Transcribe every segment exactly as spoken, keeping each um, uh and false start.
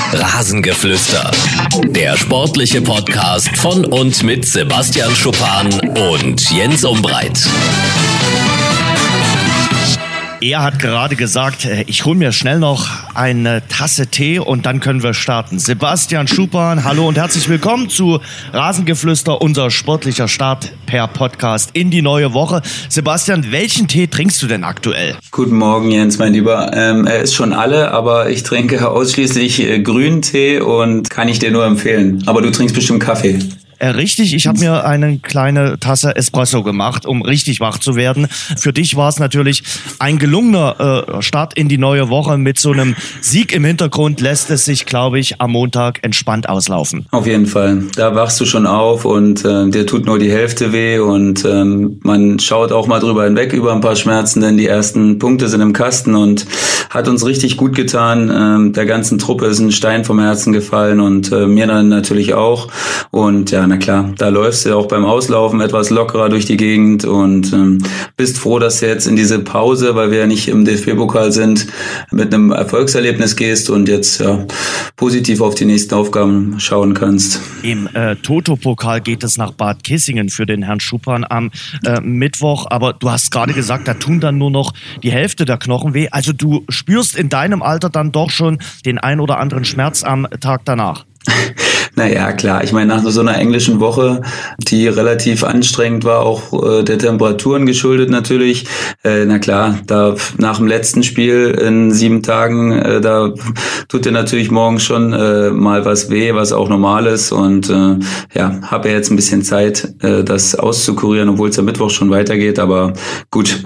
Rasengeflüster, der sportliche Podcast von und mit Sebastian Schuppan und Jens Umbreit. Er hat gerade gesagt, ich hole mir schnell noch eine Tasse Tee und dann können wir starten. Sebastian Schuppan, hallo und herzlich willkommen zu Rasengeflüster, unser sportlicher Start per Podcast in die neue Woche. Sebastian, welchen Tee trinkst du denn aktuell? Guten Morgen, Jens, mein Lieber. Ähm, er ist schon alle, aber ich trinke ausschließlich äh, grünen Tee und kann ich dir nur empfehlen. Aber du trinkst bestimmt Kaffee. Äh, richtig, ich habe mir eine kleine Tasse Espresso gemacht, um richtig wach zu werden. Für dich war es natürlich ein gelungener äh, Start in die neue Woche. Mit so einem Sieg im Hintergrund lässt es sich, glaube ich, am Montag entspannt auslaufen. Auf jeden Fall. Da wachst du schon auf und äh, dir tut nur die Hälfte weh und ähm, man schaut auch mal drüber hinweg über ein paar Schmerzen, denn die ersten Punkte sind im Kasten und hat uns richtig gut getan. Ähm, der ganzen Truppe ist ein Stein vom Herzen gefallen und äh, mir dann natürlich auch. Und ja, na klar, da läufst du ja auch beim Auslaufen etwas lockerer durch die Gegend und ähm, bist froh, dass du jetzt in diese Pause, weil wir ja nicht im D F B-Pokal sind, mit einem Erfolgserlebnis gehst und jetzt ja positiv auf die nächsten Aufgaben schauen kannst. Im äh, Toto-Pokal geht es nach Bad Kissingen für den Herrn Schuppan am äh, Mittwoch, aber du hast gerade gesagt, da tun dann nur noch die Hälfte der Knochen weh. Also du spürst in deinem Alter dann doch schon den ein oder anderen Schmerz am Tag danach. Naja, klar. Ich meine, nach so einer englischen Woche, die relativ anstrengend war, auch äh, der Temperaturen geschuldet natürlich. Äh, na klar, da nach dem letzten Spiel in sieben Tagen, äh, da tut dir natürlich morgens schon äh, mal was weh, was auch normal ist. Und äh, ja, habe ja jetzt ein bisschen Zeit, äh, das auszukurieren, obwohl es am Mittwoch schon weitergeht. Aber gut,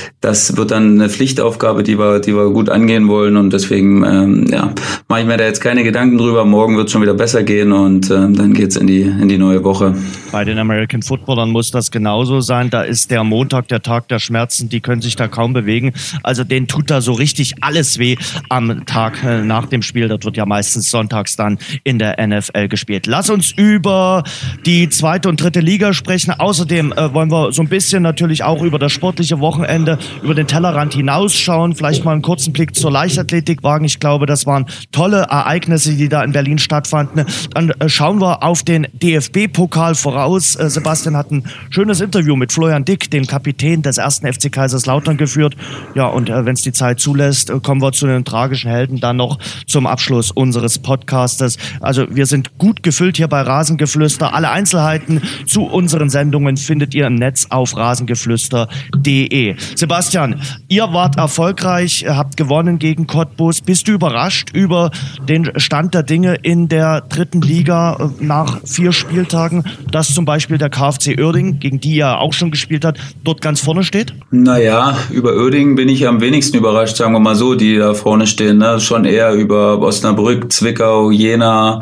das wird dann eine Pflichtaufgabe, die wir, die wir gut angehen wollen. Und deswegen, ähm, ja, mache ich mir da jetzt keine Gedanken drüber. Morgen wird es schon wieder besser gehen und ähm, dann geht's in die in die neue Woche. Bei den American Footballern muss das genauso sein. Da ist der Montag der Tag der Schmerzen. Die können sich da kaum bewegen. Also denen tut da so richtig alles weh am Tag äh, nach dem Spiel. Das wird ja meistens sonntags dann in der N F L gespielt. Lass uns über die zweite und dritte Liga sprechen. Außerdem äh, wollen wir so ein bisschen natürlich auch über das sportliche Wochenende, über den Tellerrand hinausschauen. Vielleicht mal einen kurzen Blick zur Leichtathletik wagen. Ich glaube, das waren tolle Ereignisse, die da in Berlin stattfanden. Dann äh, schauen wir auf den D F B-Pokal voraus. Äh, Sebastian hat ein schönes Interview mit Florian Dick, dem Kapitän des ersten F C Kaiserslautern, geführt. Ja, und äh, wenn es die Zeit zulässt, äh, kommen wir zu den tragischen Helden dann noch zum Abschluss unseres Podcastes. Also wir sind gut gefüllt hier bei Rasengeflüster. Alle Einzelheiten zu unseren Sendungen findet ihr im Netz auf rasengeflüster punkt de. Sebastian, ihr wart erfolgreich, habt gewonnen gegen Cottbus. Bist du überrascht über den Stand der Dinge in der dritten Liga nach vier Spieltagen, dass zum Beispiel der K F C Uerdingen, gegen die er auch schon gespielt hat, dort ganz vorne steht? Naja, über Uerdingen bin ich am wenigsten überrascht, sagen wir mal so, die da vorne stehen. Ne? Schon eher über Osnabrück, Zwickau, Jena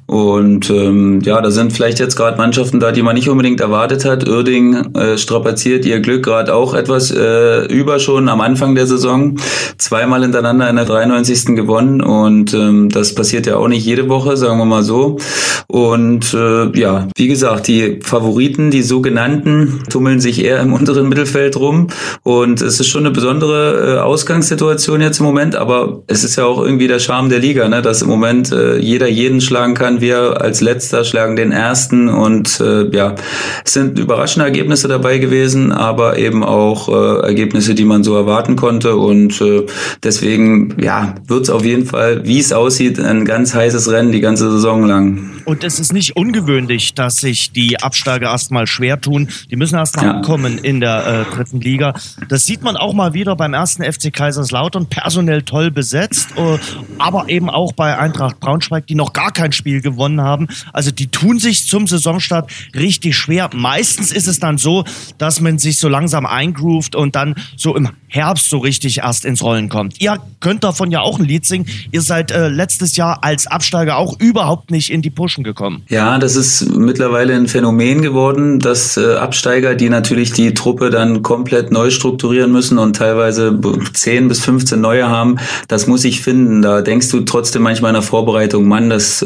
und ähm, ja, da sind vielleicht jetzt gerade Mannschaften da, die man nicht unbedingt erwartet hat. Uerdingen äh, strapaziert ihr Glück gerade auch etwas äh, über schon am Anfang der Saison. Zweimal hintereinander in der dreiundneunzigsten gewonnen und ähm, das passiert ja auch nicht jede Woche, sagen wir mal so. Und äh, ja, wie gesagt, die Favoriten, die sogenannten, tummeln sich eher im unteren Mittelfeld rum und es ist schon eine besondere äh, Ausgangssituation jetzt im Moment, aber es ist ja auch irgendwie der Charme der Liga, ne, dass im Moment äh, jeder jeden schlagen kann. Wir als Letzter schlagen den Ersten und äh, ja, es sind überraschende Ergebnisse dabei gewesen, aber eben auch äh, Ergebnisse, die man so erwarten konnte und äh, deswegen, ja, wird es auf jeden Fall, wie es aussieht, ein ganz heißes Rennen die ganze Saison lang. Und es ist nicht ungewöhnlich, dass sich die Absteiger erstmal schwer tun. Die müssen erstmal ja. ankommen in der äh, dritten Liga. Das sieht man auch mal wieder beim ersten F C Kaiserslautern, personell toll besetzt, äh, aber eben auch bei Eintracht Braunschweig, die noch gar kein Spiel gewonnen haben. Also die tun sich zum Saisonstart richtig schwer. Meistens ist es dann so, dass man sich so langsam eingroovt und dann so im Herbst so richtig erst ins Rollen kommt. Ihr könnt davon ja auch ein Lied singen. Ihr seid äh, letztes Jahr als Absteiger auch überhaupt nicht in die Pushen gekommen. Ja, das ist mittlerweile ein Phänomen geworden, dass äh, Absteiger, die natürlich die Truppe dann komplett neu strukturieren müssen und teilweise zehn bis fünfzehn neue haben, das muss ich finden. Da denkst du trotzdem manchmal in der Vorbereitung, Mann, das äh, läuft schon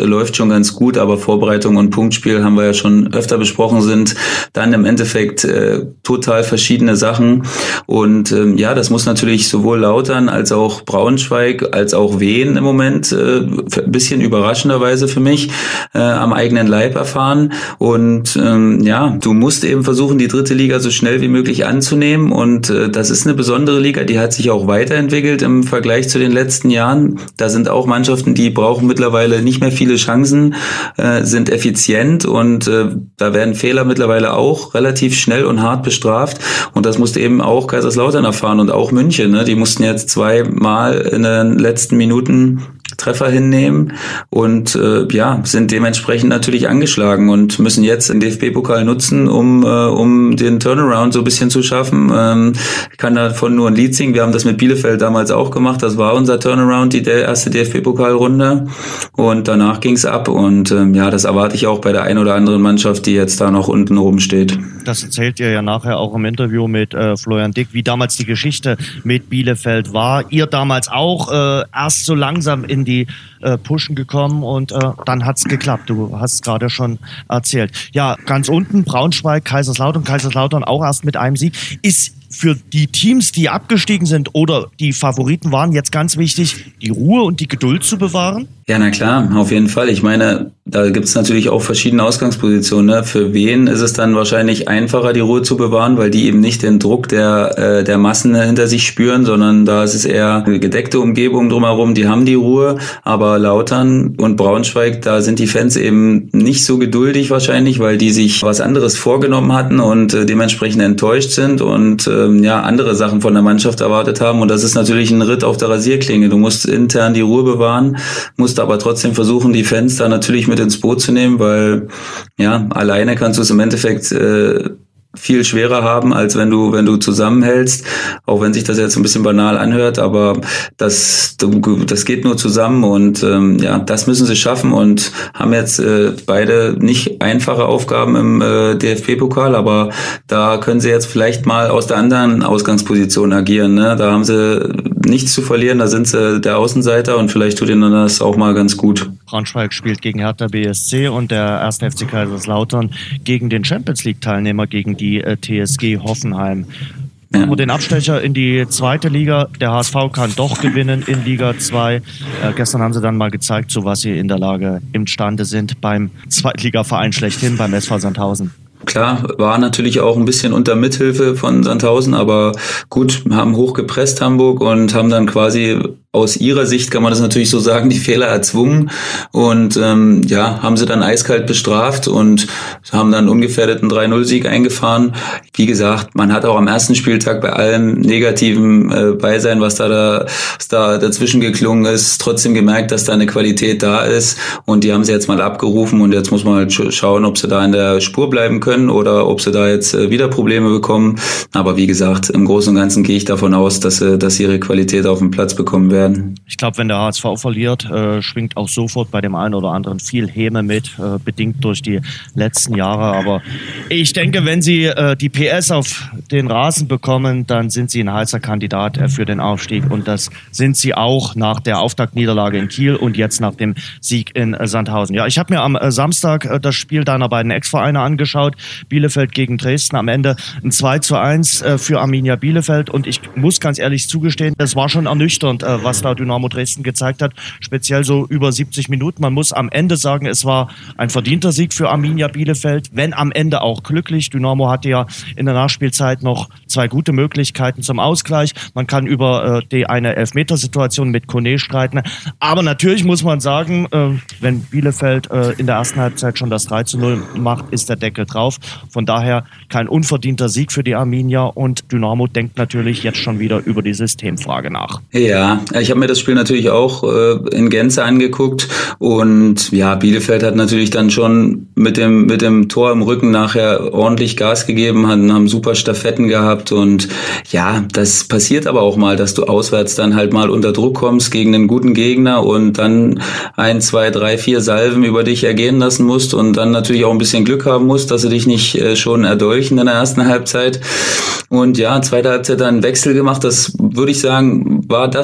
schon ganz gut, aber Vorbereitung und Punktspiel haben wir ja schon öfter besprochen, sind dann im Endeffekt äh, total verschiedene Sachen. Und ähm, ja, das muss natürlich sowohl Lautern als auch Braunschweig als auch Wien im Moment äh, ein bisschen überraschenderweise für mich äh, am eigenen Leib erfahren. Und ähm, ja, du musst eben versuchen, die dritte Liga so schnell wie möglich anzunehmen. Und äh, das ist eine besondere Liga, die hat sich auch weiterentwickelt im Vergleich zu den letzten Jahren. Da sind auch Mannschaften, die brauchen mittlerweile nicht mehr viele Chancen, äh, sind effizient und äh, da werden Fehler mittlerweile auch relativ schnell und hart bestraft. Und das musste eben auch Kaiserslautern erfahren und auch München. Ne? Die mussten jetzt zweimal in den letzten Minuten Treffer hinnehmen und äh, ja, sind dementsprechend natürlich angeschlagen und müssen jetzt den D F B-Pokal nutzen, um äh, um den Turnaround so ein bisschen zu schaffen. Ähm, ich kann davon nur ein Lied singen. Wir haben das mit Bielefeld damals auch gemacht. Das war unser Turnaround, die erste D F B-Pokalrunde und danach ging's ab und ähm, ja, das erwarte ich auch bei der ein oder anderen Mannschaft, die jetzt da noch unten rumsteht. Das erzählt ihr ja nachher auch im Interview mit äh, Florian Dick, wie damals die Geschichte mit Bielefeld war. Ihr damals auch äh, erst so langsam in die äh, Pushen gekommen und äh, dann hat's geklappt. Du hast gerade schon erzählt. Ja, ganz unten Braunschweig, Kaiserslautern, Kaiserslautern auch erst mit einem Sieg. Ist für die Teams, die abgestiegen sind oder die Favoriten waren, jetzt ganz wichtig, die Ruhe und die Geduld zu bewahren? Ja, na klar, auf jeden Fall. Ich meine, da gibt's natürlich auch verschiedene Ausgangspositionen. Ne? Für wen ist es dann wahrscheinlich einfacher, die Ruhe zu bewahren, weil die eben nicht den Druck der äh, der Massen hinter sich spüren, sondern da ist es eher eine gedeckte Umgebung drumherum, die haben die Ruhe. Aber Lautern und Braunschweig, da sind die Fans eben nicht so geduldig wahrscheinlich, weil die sich was anderes vorgenommen hatten und äh, dementsprechend enttäuscht sind und ähm, ja andere Sachen von der Mannschaft erwartet haben. Und das ist natürlich ein Ritt auf der Rasierklinge. Du musst intern die Ruhe bewahren, musst aber trotzdem versuchen, die Fans da natürlich mit ins Boot zu nehmen, weil ja, alleine kannst du es im Endeffekt äh, viel schwerer haben, als wenn du wenn du zusammenhältst, auch wenn sich das jetzt ein bisschen banal anhört, aber das das geht nur zusammen und ähm, ja, das müssen sie schaffen und haben jetzt äh, beide nicht einfache Aufgaben im äh, D F B-Pokal, aber da können sie jetzt vielleicht mal aus der anderen Ausgangsposition agieren, ne? Da haben sie nichts zu verlieren, da sind sie der Außenseiter und vielleicht tut ihnen das auch mal ganz gut. Braunschweig spielt gegen Hertha B S C und der erste F C Kaiserslautern gegen den Champions-League-Teilnehmer, gegen die äh, T S G Hoffenheim. Machen ja. wir den Abstecher in die zweite Liga. Der H S V kann doch gewinnen in Liga zwei. Äh, gestern haben sie dann mal gezeigt, zu was sie in der Lage imstande sind beim Zweitligaverein schlechthin, beim S V Sandhausen. Klar, war natürlich auch ein bisschen unter Mithilfe von Sandhausen, aber gut, haben hochgepresst Hamburg und haben dann quasi aus ihrer Sicht, kann man das natürlich so sagen, die Fehler erzwungen und ähm, ja, haben sie dann eiskalt bestraft und haben dann ungefährdeten drei null Sieg eingefahren. Wie gesagt, man hat auch am ersten Spieltag bei allem negativen äh, Beisein, was da, da, was da dazwischen geklungen ist, trotzdem gemerkt, dass da eine Qualität da ist und die haben sie jetzt mal abgerufen und jetzt muss man halt schauen, ob sie da in der Spur bleiben können oder ob sie da jetzt äh, wieder Probleme bekommen. Aber wie gesagt, im Großen und Ganzen gehe ich davon aus, dass sie, dass sie ihre Qualität auf den Platz bekommen werden. Ich glaube, wenn der H S V verliert, äh, schwingt auch sofort bei dem einen oder anderen viel Häme mit, äh, bedingt durch die letzten Jahre. Aber ich denke, wenn sie äh, die P S auf den Rasen bekommen, dann sind sie ein heißer Kandidat äh, für den Aufstieg. Und das sind sie auch nach der Auftaktniederlage in Kiel und jetzt nach dem Sieg in äh, Sandhausen. Ja, ich habe mir am äh, Samstag äh, das Spiel deiner beiden Ex-Vereine angeschaut. Bielefeld gegen Dresden. Am Ende ein zwei zu eins äh, für Arminia Bielefeld. Und ich muss ganz ehrlich zugestehen, das war schon ernüchternd, äh, was da Dynamo Dresden gezeigt hat, speziell so über siebzig Minuten. Man muss am Ende sagen, es war ein verdienter Sieg für Arminia Bielefeld, wenn am Ende auch glücklich. Dynamo hatte ja in der Nachspielzeit noch zwei gute Möglichkeiten zum Ausgleich. Man kann über äh, die eine Elfmetersituation mit Kone streiten. Aber natürlich muss man sagen, äh, wenn Bielefeld äh, in der ersten Halbzeit schon das drei zu null macht, ist der Deckel drauf. Von daher kein unverdienter Sieg für die Arminia und Dynamo denkt natürlich jetzt schon wieder über die Systemfrage nach. Ja, ich habe mir das Spiel natürlich auch äh, in Gänze angeguckt und ja, Bielefeld hat natürlich dann schon mit dem mit dem Tor im Rücken nachher ordentlich Gas gegeben, haben, haben super Stafetten gehabt und ja, das passiert aber auch mal, dass du auswärts dann halt mal unter Druck kommst gegen einen guten Gegner und dann ein, zwei, drei, vier Salven über dich ergehen lassen musst und dann natürlich auch ein bisschen Glück haben musst, dass sie dich nicht äh, schon erdolchen in der ersten Halbzeit. Und ja, zweite Halbzeit dann einen Wechsel gemacht, das würde ich sagen, war das, was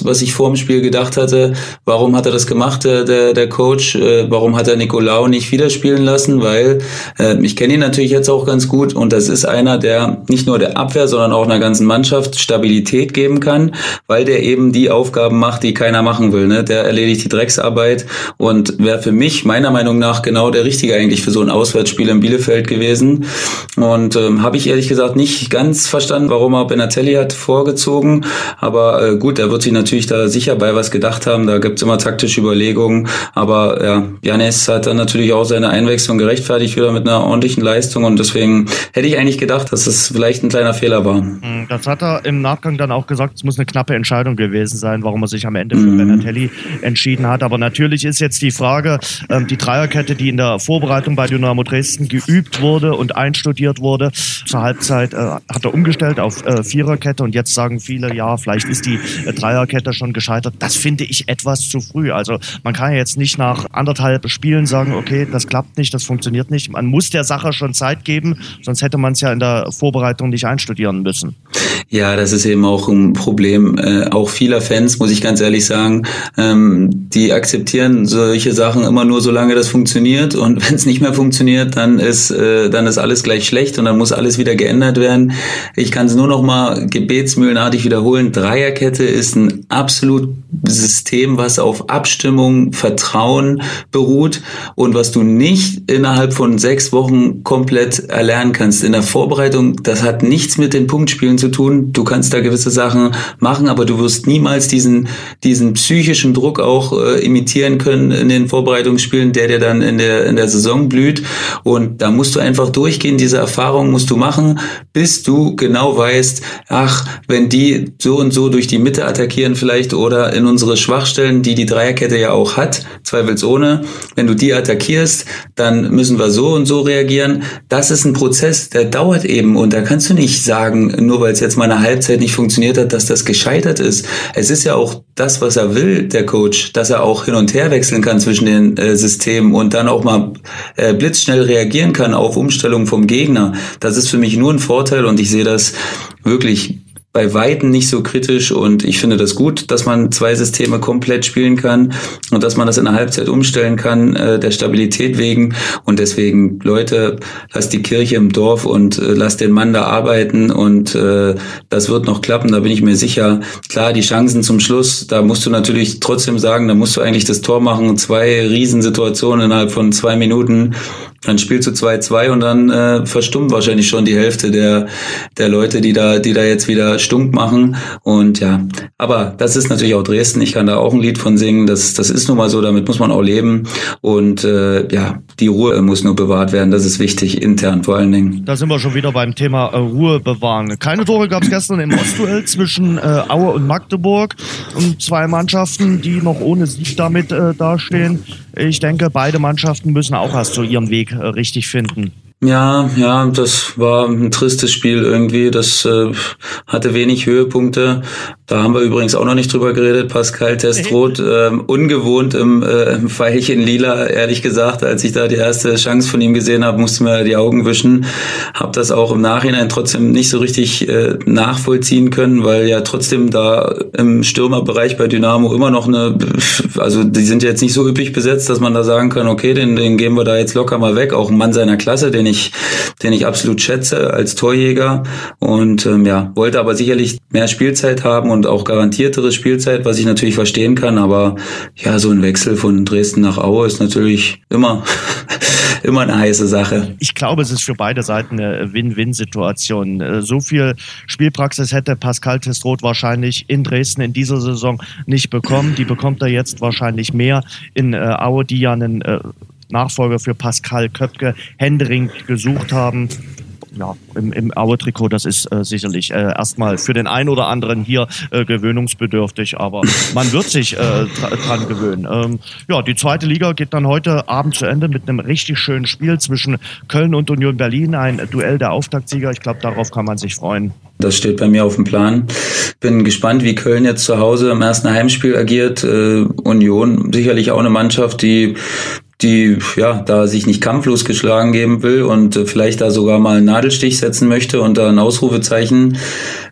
was, was ich vor dem Spiel gedacht hatte. Warum hat er das gemacht, der, der, der Coach? Äh, warum hat er Nicolaou nicht wieder spielen lassen? Weil äh, ich kenne ihn natürlich jetzt auch ganz gut und das ist einer, der nicht nur der Abwehr, sondern auch einer ganzen Mannschaft Stabilität geben kann, weil der eben die Aufgaben macht, die keiner machen will. Ne? Der erledigt die Drecksarbeit und wäre für mich meiner Meinung nach genau der Richtige eigentlich für so ein Auswärtsspiel in Bielefeld gewesen. Und ähm, habe ich ehrlich gesagt nicht ganz verstanden, warum er Benatelli hat vorgezogen. Aber äh, gut, er wird sich natürlich da sicher bei was gedacht haben. Da gibt's immer taktische Überlegungen. Aber ja, Janez hat dann natürlich auch seine Einwechslung gerechtfertigt wieder mit einer ordentlichen Leistung. Und deswegen hätte ich eigentlich gedacht, dass es vielleicht ein kleiner Fehler war. Das hat er im Nachgang dann auch gesagt, es muss eine knappe Entscheidung gewesen sein, warum er sich am Ende für mhm. Benatelli entschieden hat. Aber natürlich ist jetzt die Frage, ähm, die Dreierkette, die in der Vorbereitung bei Dynamo Dresden geübt wurde und einstudiert wurde, zur Halbzeit äh, hat er umgestellt auf äh, Viererkette und jetzt sagen viele, ja, vielleicht ist die äh, Dreierkette schon gescheitert. Das finde ich etwas zu früh. Also man kann ja jetzt nicht nach anderthalb Spielen sagen, okay, das klappt nicht, das funktioniert nicht. Man muss der Sache schon Zeit geben, sonst hätte man es ja in der Vorbereitung nicht einstudieren müssen. Ja, das ist eben auch ein Problem, äh, auch vieler Fans, muss ich ganz ehrlich sagen, ähm, die akzeptieren solche Sachen immer nur, solange das funktioniert und wenn es nicht mehr funktioniert, dann ist äh, dann ist alles gleich schlecht und dann muss alles wieder geändert werden. Ich kann es nur noch mal gebetsmühlenartig wiederholen, Dreierkette ist ein absolut System, was auf Abstimmung, Vertrauen beruht und was du nicht innerhalb von sechs Wochen komplett erlernen kannst. In der Vorbereitung, das hat nichts mit den Punktspielen zu tun. Du kannst da gewisse Sachen machen, aber du wirst niemals diesen diesen psychischen Druck auch äh, imitieren können in den Vorbereitungsspielen, der dir dann in der in der Saison blüht. Und da musst du einfach durchgehen. Diese Erfahrung musst du machen, bis du genau weißt, ach, wenn die so und so durch die Mitte attackieren vielleicht oder in unsere Schwachstellen, die die Dreierkette ja auch hat, zweifelsohne, wenn du die attackierst, dann müssen wir so und so reagieren. Das ist ein Prozess, der dauert eben und da kannst du nicht sagen, nur weil es jetzt mal eine Halbzeit nicht funktioniert hat, dass das gescheitert ist. Es ist ja auch das, was er will, der Coach, dass er auch hin und her wechseln kann zwischen den äh, Systemen und dann auch mal äh, blitzschnell reagieren kann auf Umstellungen vom Gegner. Das ist für mich nur ein Vorteil und ich sehe das wirklich bei Weitem nicht so kritisch und ich finde das gut, dass man zwei Systeme komplett spielen kann und dass man das in der Halbzeit umstellen kann, äh, der Stabilität wegen und deswegen, Leute, lasst die Kirche im Dorf und äh, lasst den Mann da arbeiten und äh, das wird noch klappen, da bin ich mir sicher. Klar, die Chancen zum Schluss, da musst du natürlich trotzdem sagen, da musst du eigentlich das Tor machen, zwei Riesensituationen innerhalb von zwei Minuten. Dann spielst du zwei zwei und dann äh, verstummt wahrscheinlich schon die Hälfte der der Leute, die da die da jetzt wieder stunk machen. Und ja, aber das ist natürlich auch Dresden. Ich kann da auch ein Lied von singen. Das das ist nun mal so, damit muss man auch leben. Und äh, ja, die Ruhe muss nur bewahrt werden. Das ist wichtig, intern vor allen Dingen. Da sind wir schon wieder beim Thema äh, Ruhe bewahren. Keine Tore gab es gestern im Ostduell zwischen äh, Aue und Magdeburg. Und zwei Mannschaften, die noch ohne Sieg damit äh, dastehen. Ich denke, beide Mannschaften müssen auch erst so ihren Weg äh, richtig finden. Ja, ja, das war ein tristes Spiel irgendwie. Das äh, hatte wenig Höhepunkte. Da haben wir übrigens auch noch nicht drüber geredet. Pascal Testroth, äh, ungewohnt im, äh, im Veilchen Lila, ehrlich gesagt. Als ich da die erste Chance von ihm gesehen habe, musste mir die Augen wischen. Hab das auch im Nachhinein trotzdem nicht so richtig äh, nachvollziehen können, weil ja trotzdem da im Stürmerbereich bei Dynamo immer noch eine, also die sind ja jetzt nicht so üppig besetzt, dass man da sagen kann, okay, den, den geben wir da jetzt locker mal weg. Auch ein Mann seiner Klasse, den ich den ich absolut schätze als Torjäger und ähm, ja, wollte aber sicherlich mehr Spielzeit haben und auch garantiertere Spielzeit, was ich natürlich verstehen kann, aber ja, so ein Wechsel von Dresden nach Aue ist natürlich immer immer eine heiße Sache. Ich glaube, es ist für beide Seiten eine Win-Win-Situation. So viel Spielpraxis hätte Pascal Testroth wahrscheinlich in Dresden in dieser Saison nicht bekommen. Die bekommt er jetzt wahrscheinlich mehr in äh, Aue, die ja einen äh, Nachfolger für Pascal Köpke händeringend gesucht haben. Ja, im, im Aue-Trikot, das ist äh, sicherlich äh, erstmal für den einen oder anderen hier äh, gewöhnungsbedürftig, aber man wird sich äh, dra- dran gewöhnen. Ähm, ja, die zweite Liga geht dann heute Abend zu Ende mit einem richtig schönen Spiel zwischen Köln und Union Berlin, ein Duell der Auftaktsieger. Ich glaube, darauf kann man sich freuen. Das steht bei mir auf dem Plan. Bin gespannt, wie Köln jetzt zu Hause im ersten Heimspiel agiert. Äh, Union sicherlich auch eine Mannschaft, die die ja da sich nicht kampflos geschlagen geben will und äh, vielleicht da sogar mal einen Nadelstich setzen möchte und da ein Ausrufezeichen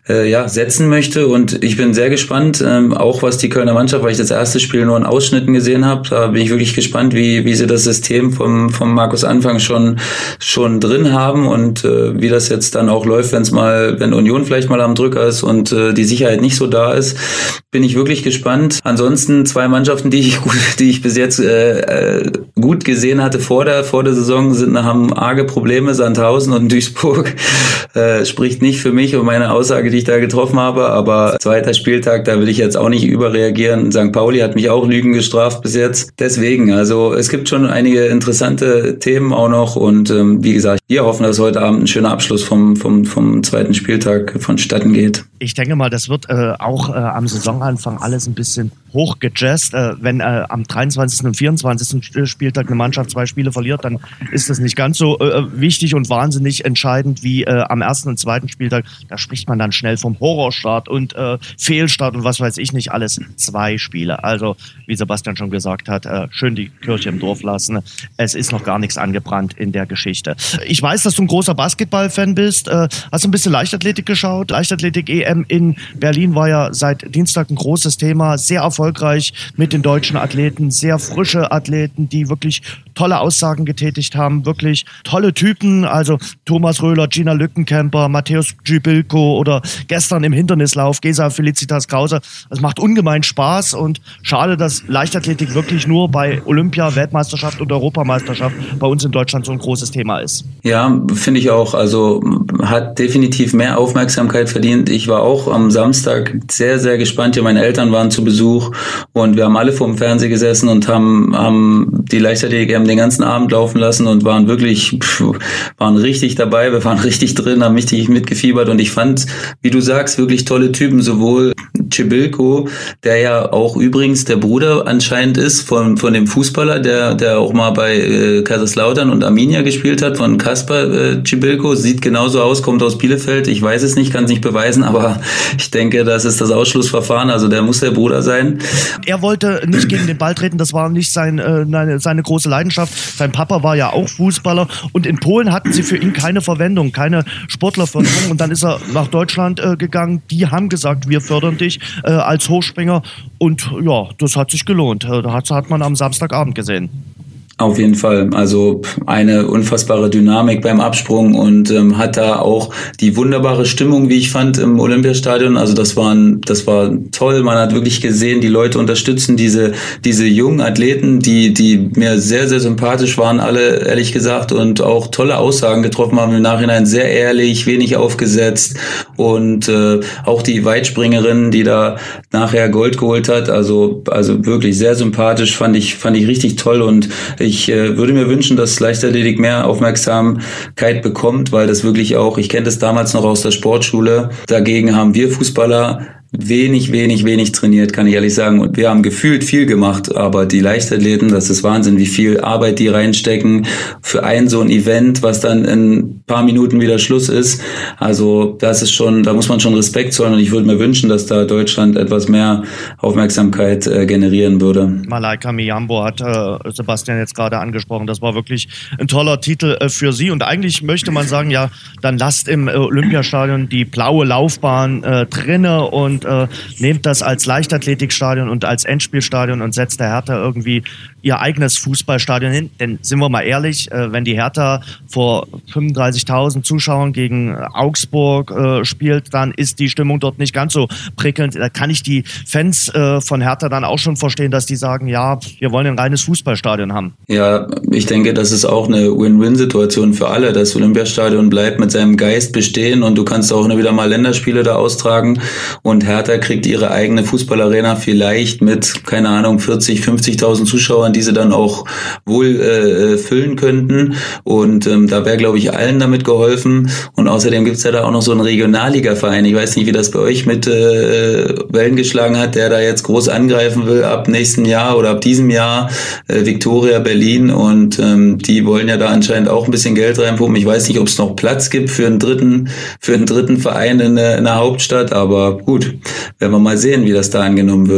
äh, ja, setzen möchte. Und ich bin sehr gespannt, ähm, auch was die Kölner Mannschaft, weil ich das erste Spiel nur in Ausschnitten gesehen habe, da bin ich wirklich gespannt, wie wie sie das System vom vom Markus Anfang schon schon drin haben und äh, wie das jetzt dann auch läuft, wenn es mal, wenn Union vielleicht mal am Drücker ist und äh, die Sicherheit nicht so da ist, bin ich wirklich gespannt. Ansonsten zwei Mannschaften, die ich gut, die ich bis jetzt äh, gut gesehen hatte vor der vor der Saison, sind haben arge Probleme. Sandhausen und Duisburg äh, spricht nicht für mich und meine Aussage, die ich da getroffen habe. Aber zweiter Spieltag, da will ich jetzt auch nicht überreagieren. Sankt Pauli hat mich auch Lügen gestraft bis jetzt. Deswegen, also es gibt schon einige interessante Themen auch noch und ähm, wie gesagt, wir hoffen, dass heute Abend ein schöner Abschluss vom vom vom zweiten Spieltag vonstatten geht. Ich denke mal, das wird äh, auch äh, am Saisonanfang alles ein bisschen hochgejazzt. Äh, wenn äh, am dreiundzwanzigsten und vierundzwanzigsten Spieltag eine Mannschaft zwei Spiele verliert, dann ist das nicht ganz so äh, wichtig und wahnsinnig entscheidend wie äh, am ersten und zweiten Spieltag. Da spricht man dann schnell vom Horrorstart und äh, Fehlstart und was weiß ich nicht alles. Zwei Spiele. Also, wie Sebastian schon gesagt hat, äh, schön die Kirche im Dorf lassen. Es ist noch gar nichts angebrannt in der Geschichte. Ich weiß, dass du ein großer Basketball-Fan bist. Äh, hast du ein bisschen Leichtathletik geschaut? Leichtathletik-E M in Berlin war ja seit Dienstag ein großes Thema. Sehr erfolgreich mit den deutschen Athleten. Sehr frische Athleten, die wirklich tolle Aussagen getätigt haben. Wirklich tolle Typen. Also Thomas Röhler, Gina Lückenkämper, Matthäus Gibilko oder gestern im Hindernislauf Gesa Felicitas Krause. Es macht ungemein Spaß und schade, dass Leichtathletik wirklich nur bei Olympia, Weltmeisterschaft und Europameisterschaft bei uns in Deutschland so ein großes Thema ist. Ja, finde ich auch. Also hat definitiv mehr Aufmerksamkeit verdient. Ich war auch am Samstag sehr, sehr gespannt. Ja, meine Eltern waren zu Besuch und wir haben alle vor dem Fernseher gesessen und haben, haben die Leichtathletik den ganzen Abend laufen lassen und waren wirklich, pff, waren richtig dabei. Wir waren richtig drin, haben richtig mitgefiebert und ich fand, wie du sagst, wirklich tolle Typen. Sowohl Gibilko, der ja auch übrigens der Bruder anscheinend ist von von dem Fußballer, der der auch mal bei äh, Kaiserslautern und Arminia gespielt hat, von Kasper äh, Gibilko, sieht genauso aus, kommt aus Bielefeld. Ich weiß es nicht, kann es nicht beweisen, aber ich denke, das ist das Ausschlussverfahren. Also der muss der Bruder sein. Er wollte nicht gegen den Ball treten, das war nicht sein, äh, seine große Leidenschaft. Sein Papa war ja auch Fußballer und in Polen hatten sie für ihn keine Verwendung, keine Sportlerförderung und dann ist er nach Deutschland äh, gegangen. Die haben gesagt, wir fördern dich äh, als Hochspringer und ja, das hat sich gelohnt. Das hat, hat man am Samstagabend gesehen. Auf jeden Fall, also eine unfassbare Dynamik beim Absprung und ähm, hat da auch die wunderbare Stimmung, wie ich fand, im Olympiastadion. Also das war das war toll. Man hat wirklich gesehen, die Leute unterstützen diese diese jungen Athleten, die die mir sehr sehr sympathisch waren, alle ehrlich gesagt und auch tolle Aussagen getroffen haben im Nachhinein, sehr ehrlich, wenig aufgesetzt und äh, auch die Weitspringerin, die da nachher Gold geholt hat. Also also wirklich sehr sympathisch, fand ich fand ich richtig toll und ich äh, würde mir wünschen, dass Leichtathletik mehr Aufmerksamkeit bekommt, weil das wirklich auch, ich kenne das damals noch aus der Sportschule, dagegen haben wir Fußballer wenig, wenig, wenig trainiert, kann ich ehrlich sagen. Und wir haben gefühlt viel gemacht, aber die Leichtathleten, das ist Wahnsinn, wie viel Arbeit die reinstecken für ein so ein Event, was dann in ein paar Minuten wieder Schluss ist. Also das ist schon, da muss man schon Respekt zollen und ich würde mir wünschen, dass da Deutschland etwas mehr Aufmerksamkeit äh, generieren würde. Malaika Miyambo hat äh, Sebastian jetzt gerade angesprochen. Das war wirklich ein toller Titel äh, für sie und eigentlich möchte man sagen, ja, dann lasst im äh, Olympiastadion die blaue Laufbahn äh, drinne und äh, nehmt das als Leichtathletikstadion und als Endspielstadion und setzt der Hertha irgendwie ihr eigenes Fußballstadion hin. Denn sind wir mal ehrlich, äh, wenn die Hertha vor fünfunddreißigtausend Zuschauern gegen Augsburg äh, spielt, dann ist die Stimmung dort nicht ganz so prickelnd. Da kann ich die Fans äh, von Hertha dann auch schon verstehen, dass die sagen, ja, wir wollen ein reines Fußballstadion haben. Ja, ich denke, das ist auch eine Win-Win-Situation für alle. Das Olympiastadion bleibt mit seinem Geist bestehen und du kannst auch wieder mal Länderspiele da austragen und Hertha kriegt ihre eigene Fußballarena vielleicht mit, keine Ahnung, vierzig, fünfzigtausend Zuschauern, die sie dann auch wohl äh, füllen könnten und ähm, da wäre, glaube ich, allen damit geholfen und außerdem gibt's ja da auch noch so einen Regionalliga-Verein, ich weiß nicht, wie das bei euch mit äh, Wellen geschlagen hat, der da jetzt groß angreifen will ab nächstem Jahr oder ab diesem Jahr, äh, Viktoria Berlin und ähm, die wollen ja da anscheinend auch ein bisschen Geld reinpumpen. Ich weiß nicht, ob es noch Platz gibt für einen dritten, für einen dritten Verein in der, in der Hauptstadt, aber gut, werden wir mal sehen, wie das da angenommen wird.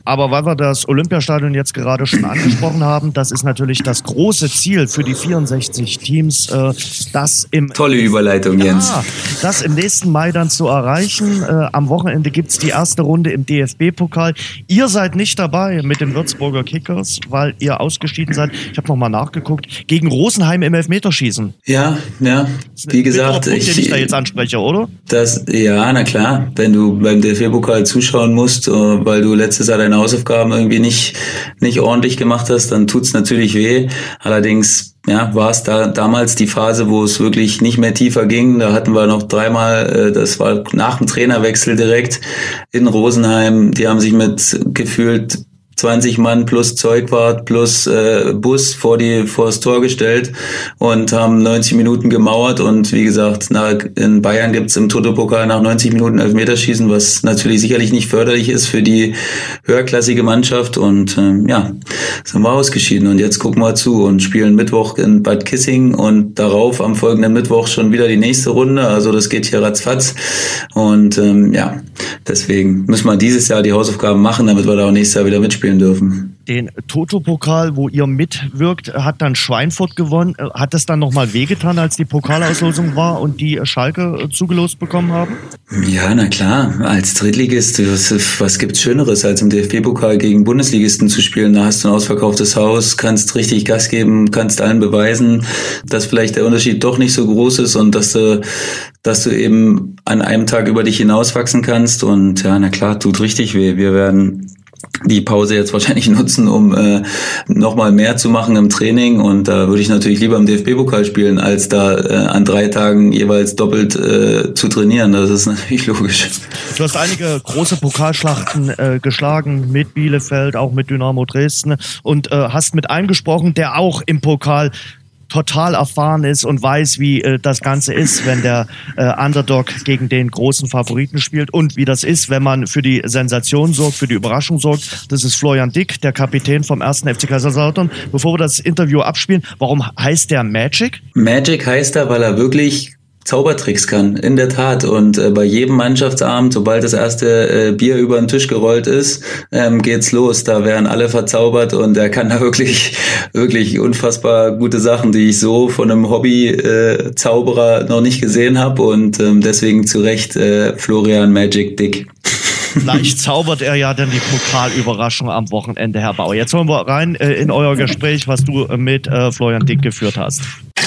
Aber weil wir das Olympiastadion jetzt gerade schon angesprochen haben, das ist natürlich das große Ziel für die vierundsechzig Teams, äh, das im Tolle Überleitung, Jens. Ja, das im nächsten Mai dann zu erreichen. Äh, am Wochenende gibt's die erste Runde im D F B-Pokal. Ihr seid nicht dabei mit den Würzburger Kickers, weil ihr ausgeschieden seid. Ich habe nochmal nachgeguckt. Gegen Rosenheim im Elfmeterschießen. Ja, ja. Wie gesagt, ich, ich, den ich da jetzt anspreche, oder? Das, ja, na klar. Wenn du beim D F B-Pokal zuschauen musst, weil du letztes Jahr deine Hausaufgaben irgendwie nicht nicht ordentlich gemacht hast, dann tut's natürlich weh. Allerdings ja, war es da damals die Phase, wo es wirklich nicht mehr tiefer ging. Da hatten wir noch dreimal, das war nach dem Trainerwechsel direkt in Rosenheim. Die haben sich mit gefühlt zwanzig Mann plus Zeugwart plus äh, Bus vor die vor das Tor gestellt und haben neunzig Minuten gemauert. Und wie gesagt, nach, in Bayern gibt's im Toto-Pokal nach neunzig Minuten Elfmeterschießen, was natürlich sicherlich nicht förderlich ist für die höherklassige Mannschaft. Und ähm, ja, sind wir ausgeschieden. Und jetzt gucken wir zu und spielen Mittwoch in Bad Kissing und darauf am folgenden Mittwoch schon wieder die nächste Runde. Also das geht hier ratzfatz. Und ähm, ja, deswegen müssen wir dieses Jahr die Hausaufgaben machen, damit wir da auch nächstes Jahr wieder mitspielen dürfen. Den Toto-Pokal, wo ihr mitwirkt, hat dann Schweinfurt gewonnen. Hat das dann nochmal wehgetan, als die Pokalauslosung war und die Schalke zugelost bekommen haben? Ja, na klar. Als Drittligist, was, was gibt's Schöneres, als im D F B-Pokal gegen Bundesligisten zu spielen? Da hast du ein ausverkauftes Haus, kannst richtig Gas geben, kannst allen beweisen, dass vielleicht der Unterschied doch nicht so groß ist und dass du, dass du eben an einem Tag über dich hinauswachsen kannst. Und ja, na klar, tut richtig weh. Wir werden die Pause jetzt wahrscheinlich nutzen, um äh, nochmal mehr zu machen im Training, und da äh, würde ich natürlich lieber im D F B-Pokal spielen, als da äh, an drei Tagen jeweils doppelt äh, zu trainieren. Das ist natürlich logisch. Du hast einige große Pokalschlachten äh, geschlagen, mit Bielefeld, auch mit Dynamo Dresden, und äh, hast mit einem gesprochen, der auch im Pokal total erfahren ist und weiß, wie äh, das Ganze ist, wenn der äh, Underdog gegen den großen Favoriten spielt, und wie das ist, wenn man für die Sensation sorgt, für die Überraschung sorgt. Das ist Florian Dick, der Kapitän vom ersten F C Kaiserslautern. Bevor wir das Interview abspielen, warum heißt der Magic? Magic heißt er, weil er wirklich Zaubertricks kann, in der Tat. Und äh, bei jedem Mannschaftsabend, sobald das erste äh, Bier über den Tisch gerollt ist, ähm, geht's los. Da werden alle verzaubert, und er kann da wirklich, wirklich unfassbar gute Sachen, die ich so von einem Hobby-Zauberer äh, noch nicht gesehen habe. Und ähm, deswegen zu Recht äh, Florian Magic Dick. Vielleicht zaubert er ja dann die Pokalüberraschung am Wochenende herbei. Jetzt holen wir rein äh, in euer Gespräch, was du äh, mit äh, Florian Dick geführt hast.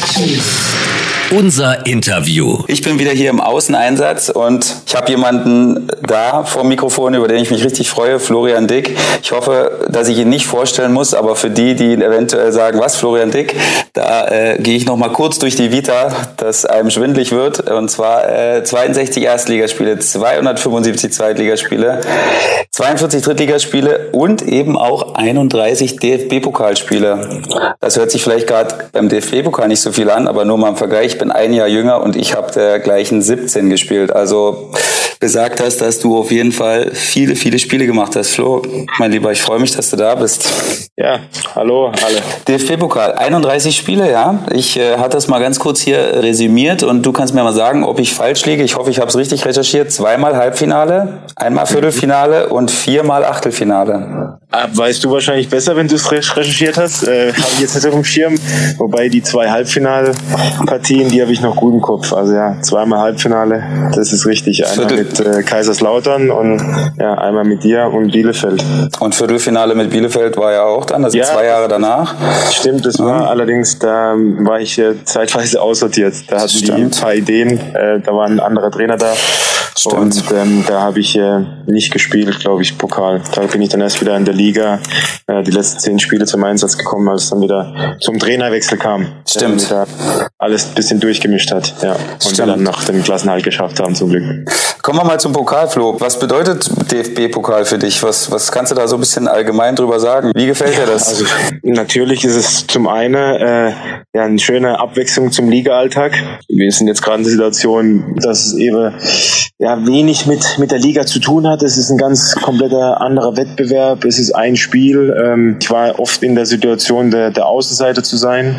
Unser Interview. Ich bin wieder hier im Außeneinsatz und ich habe jemanden da vor dem Mikrofon, über den ich mich richtig freue, Florian Dick. Ich hoffe, dass ich ihn nicht vorstellen muss, aber für die, die ihn eventuell sagen, was, Florian Dick, da äh, gehe ich noch mal kurz durch die Vita, dass einem schwindelig wird. Und zwar äh, zweiundsechzig Erstligaspiele, zweihundertfünfundsiebzig Zweitligaspiele, zweiundvierzig Drittligaspiele und eben auch einunddreißig D F B-Pokalspiele. Das hört sich vielleicht gerade beim D F B-Pokal nicht so viel an, aber nur mal im Vergleich. Ich bin ein Jahr jünger und ich habe dergleichen siebzehn gespielt. Also besagt hast, dass du auf jeden Fall viele, viele Spiele gemacht hast. Flo, mein Lieber, ich freue mich, dass du da bist. Ja, hallo alle. D F B-Pokal, einunddreißig Spiele, ja. Ich äh, hatte das mal ganz kurz hier resümiert und du kannst mir mal sagen, ob ich falsch liege. Ich hoffe, ich habe es richtig recherchiert. Zweimal Halbfinale, einmal Viertelfinale und viermal Achtelfinale. Weißt du wahrscheinlich besser, wenn du es recherchiert hast. Äh, habe ich jetzt nicht auf dem Schirm. Wobei die zwei Halbfinalpartien, die habe ich noch gut im Kopf. Also ja, zweimal Halbfinale, das ist richtig. Einmal Viertel- mit äh, Kaiserslautern und ja, einmal mit dir und Bielefeld. Und Viertelfinale mit Bielefeld war ja auch dann, also ja, zwei Jahre danach. Stimmt, das war mhm. allerdings, da war ich äh, zeitweise aussortiert. Da hatten Stimmt. die ein paar Ideen, äh, da war ein anderer Trainer da. Stimmt. Und ähm, da habe ich äh, nicht gespielt, glaube ich, Pokal. Da bin ich dann erst wieder in der Liga, äh, die letzten zehn Spiele zum Einsatz gekommen, als es dann wieder zum Trainerwechsel kam. Stimmt. Der alles ein bisschen durchgemischt hat, ja. Und Stimmt. wir dann noch den Klassenerhalt geschafft haben, zum Glück. Kommen wir mal zum Pokal, Flo. Was bedeutet D F B-Pokal für dich? Was, was kannst du da so ein bisschen allgemein drüber sagen? Wie gefällt dir das? Also, natürlich ist es zum einen äh, ja, eine schöne Abwechslung zum Liga-Alltag. Wir sind jetzt gerade in der Situation, dass es eben ja, wenig mit, mit der Liga zu tun hat. Es ist ein ganz kompletter anderer Wettbewerb. Es ist ein Spiel. Ähm, ich war oft in der Situation, der, der Außenseiter zu sein.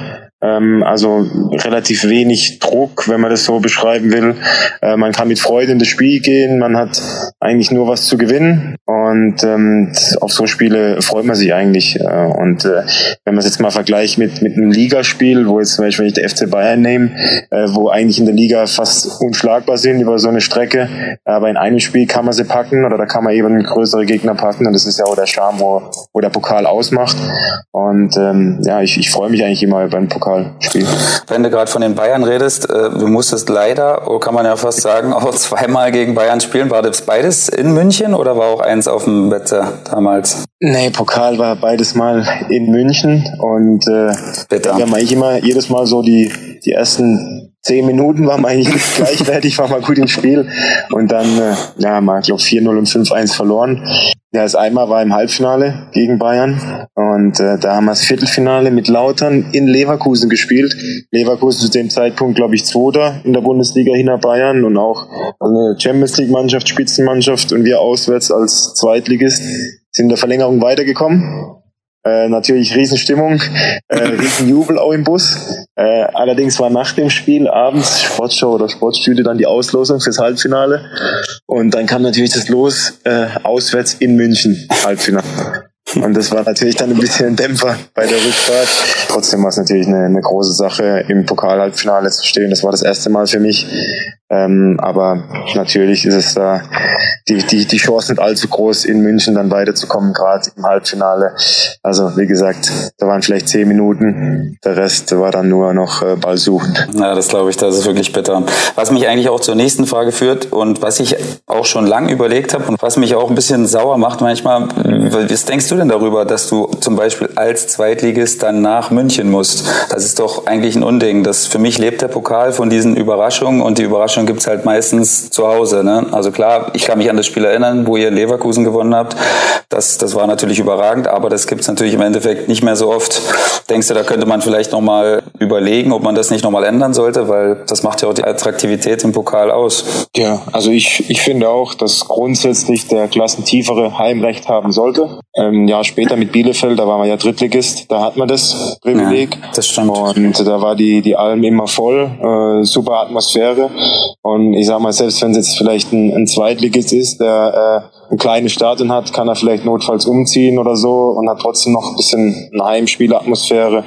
Ähm, also relativ wenig Druck, wenn man das so beschreiben will. Äh, man kann mit Freude in das Spiel gehen, man hat eigentlich nur was zu gewinnen und ähm, auf so Spiele freut man sich eigentlich. Äh, und äh, wenn man es jetzt mal vergleicht mit mit einem Ligaspiel, wo jetzt zum Beispiel, wenn ich der F C Bayern nehme, äh, wo eigentlich in der Liga fast unschlagbar sind über so eine Strecke, aber in einem Spiel kann man sie packen oder da kann man eben größere Gegner packen und das ist ja auch der Charme, wo, wo der Pokal ausmacht. Und ähm, ja, ich, ich freue mich eigentlich immer über ein Pokalspiel. Wenn du gerade von den Bayern redest, äh, du musstest leider, oder kann man ja fast sagen, auch zweimal gegen Bayern spielen. War das beides in München oder war auch eins auf dem Wetter damals? Nee, Pokal war beides mal in München und äh, wir haben eigentlich immer jedes Mal so die, die ersten zehn Minuten waren wir eigentlich gleichwertig, waren wir gut im Spiel und dann, äh, ja, mal, ich glaube vier null und fünf eins verloren. Ja, das einmal war im Halbfinale gegen Bayern und äh, da haben wir das Viertelfinale mit Lautern in Leverkusen gespielt. Leverkusen zu dem Zeitpunkt, glaube ich, Zweiter in der Bundesliga hinter Bayern und auch eine Champions-League-Mannschaft, Spitzenmannschaft und wir auswärts als Zweitligist sind in der Verlängerung weitergekommen. Äh, natürlich Riesenstimmung, äh, Riesenjubel auch im Bus. Äh, allerdings war nach dem Spiel abends Sportschau oder Sportstudio dann die Auslosung fürs Halbfinale und dann kam natürlich das Los äh, auswärts in München Halbfinale. Und das war natürlich dann ein bisschen ein Dämpfer bei der Rückfahrt. Trotzdem war es natürlich eine, eine große Sache, im Pokal-Halbfinale zu stehen. Das war das erste Mal für mich. Ähm, aber natürlich ist es da die, die, die Chance nicht allzu groß, in München dann weiterzukommen, gerade im Halbfinale. Also wie gesagt, da waren vielleicht zehn Minuten, der Rest war dann nur noch äh, Ball suchen. Ja, das glaube ich, das ist wirklich bitter. Was mich eigentlich auch zur nächsten Frage führt und was ich auch schon lang überlegt habe und was mich auch ein bisschen sauer macht manchmal, was denkst du denn darüber, dass du zum Beispiel als Zweitligist dann nach München musst? Das ist doch eigentlich ein Unding. Das, für mich lebt der Pokal von diesen Überraschungen und die Überraschungen gibt's halt meistens zu Hause. Ne? Also klar, ich kann mich an das Spiel erinnern, wo ihr Leverkusen gewonnen habt. Das, das war natürlich überragend, aber das gibt's natürlich im Endeffekt nicht mehr so oft. Denkst du, da könnte man vielleicht nochmal überlegen, ob man das nicht nochmal ändern sollte? Weil das macht ja auch die Attraktivität im Pokal aus. Ja, also ich, ich finde auch, dass grundsätzlich der Klassentiefere Heimrecht haben sollte. Ein Jahr später mit Bielefeld, da waren wir ja Drittligist, da hat man das Privileg. Ja, das stimmt. Und da war die, die Alm immer voll, äh, super Atmosphäre. Und ich sag mal, selbst wenn es jetzt vielleicht ein, ein Zweitligist ist, der äh, ein kleines Stadion hat, kann er vielleicht notfalls umziehen oder so und hat trotzdem noch ein bisschen eine Heimspielatmosphäre.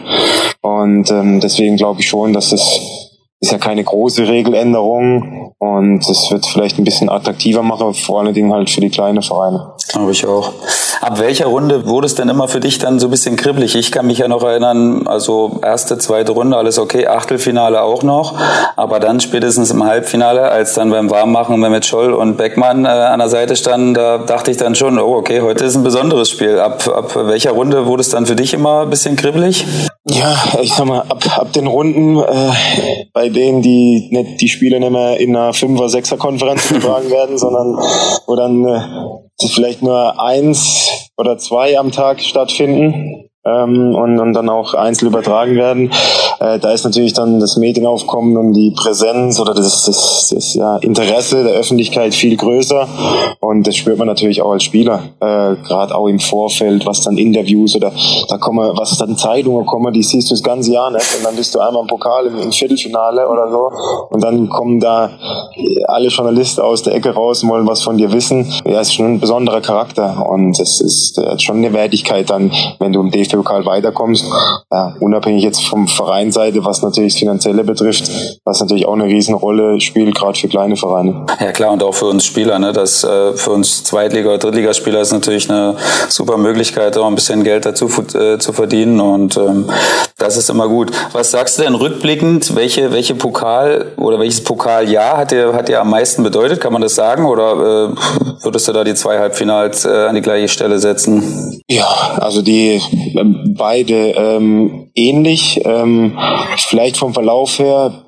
Und ähm, deswegen glaube ich schon, dass das ist ja keine große Regeländerung und das wird vielleicht ein bisschen attraktiver machen, vor allen Dingen halt für die kleinen Vereine. Glaube ich auch. Ab welcher Runde wurde es denn immer für dich dann so ein bisschen kribbelig? Ich kann mich ja noch erinnern, also erste, zweite Runde, alles okay, Achtelfinale auch noch, aber dann spätestens im Halbfinale, als dann beim Warmmachen mit Scholl und Beckmann äh, an der Seite standen, da dachte ich dann schon, oh okay, heute ist ein besonderes Spiel. Ab, ab welcher Runde wurde es dann für dich immer ein bisschen kribbelig? Ja, ich sag mal, ab, ab den Runden, äh, bei denen die nicht die Spiele nicht mehr in einer Fünfer-, Sechser-Konferenz übertragen werden, sondern wo dann äh, vielleicht nur eins oder zwei am Tag stattfinden ähm, und, und dann auch einzeln übertragen werden. Äh, da ist natürlich dann das Medienaufkommen und die Präsenz oder das, das, das ja, Interesse der Öffentlichkeit viel größer und das spürt man natürlich auch als Spieler, äh, gerade auch im Vorfeld, was dann Interviews oder da kommen, was dann Zeitungen kommen, die siehst du das ganze Jahr nicht und dann bist du einmal im Pokal im, im Viertelfinale oder so und dann kommen da alle Journalisten aus der Ecke raus und wollen was von dir wissen. Ja, ist schon ein besonderer Charakter und es ist äh, schon eine Wertigkeit dann, wenn du im D F B-Pokal weiterkommst, ja, unabhängig jetzt vom Verein Seite, was natürlich das Finanzielle betrifft, was natürlich auch eine Riesenrolle spielt, gerade für kleine Vereine. Ja klar, und auch für uns Spieler, ne? Das äh, für uns Zweitliga- oder Drittligaspieler ist natürlich eine super Möglichkeit, auch ein bisschen Geld dazu äh, zu verdienen und ähm, das ist immer gut. Was sagst du denn rückblickend, welche welche Pokal oder welches Pokaljahr hat dir hat dir am meisten bedeutet? Kann man das sagen oder äh, würdest du da die zwei Halbfinals äh, an die gleiche Stelle setzen? Ja, also die ähm, beide ähm, ähnlich. Ähm, vielleicht vom Verlauf her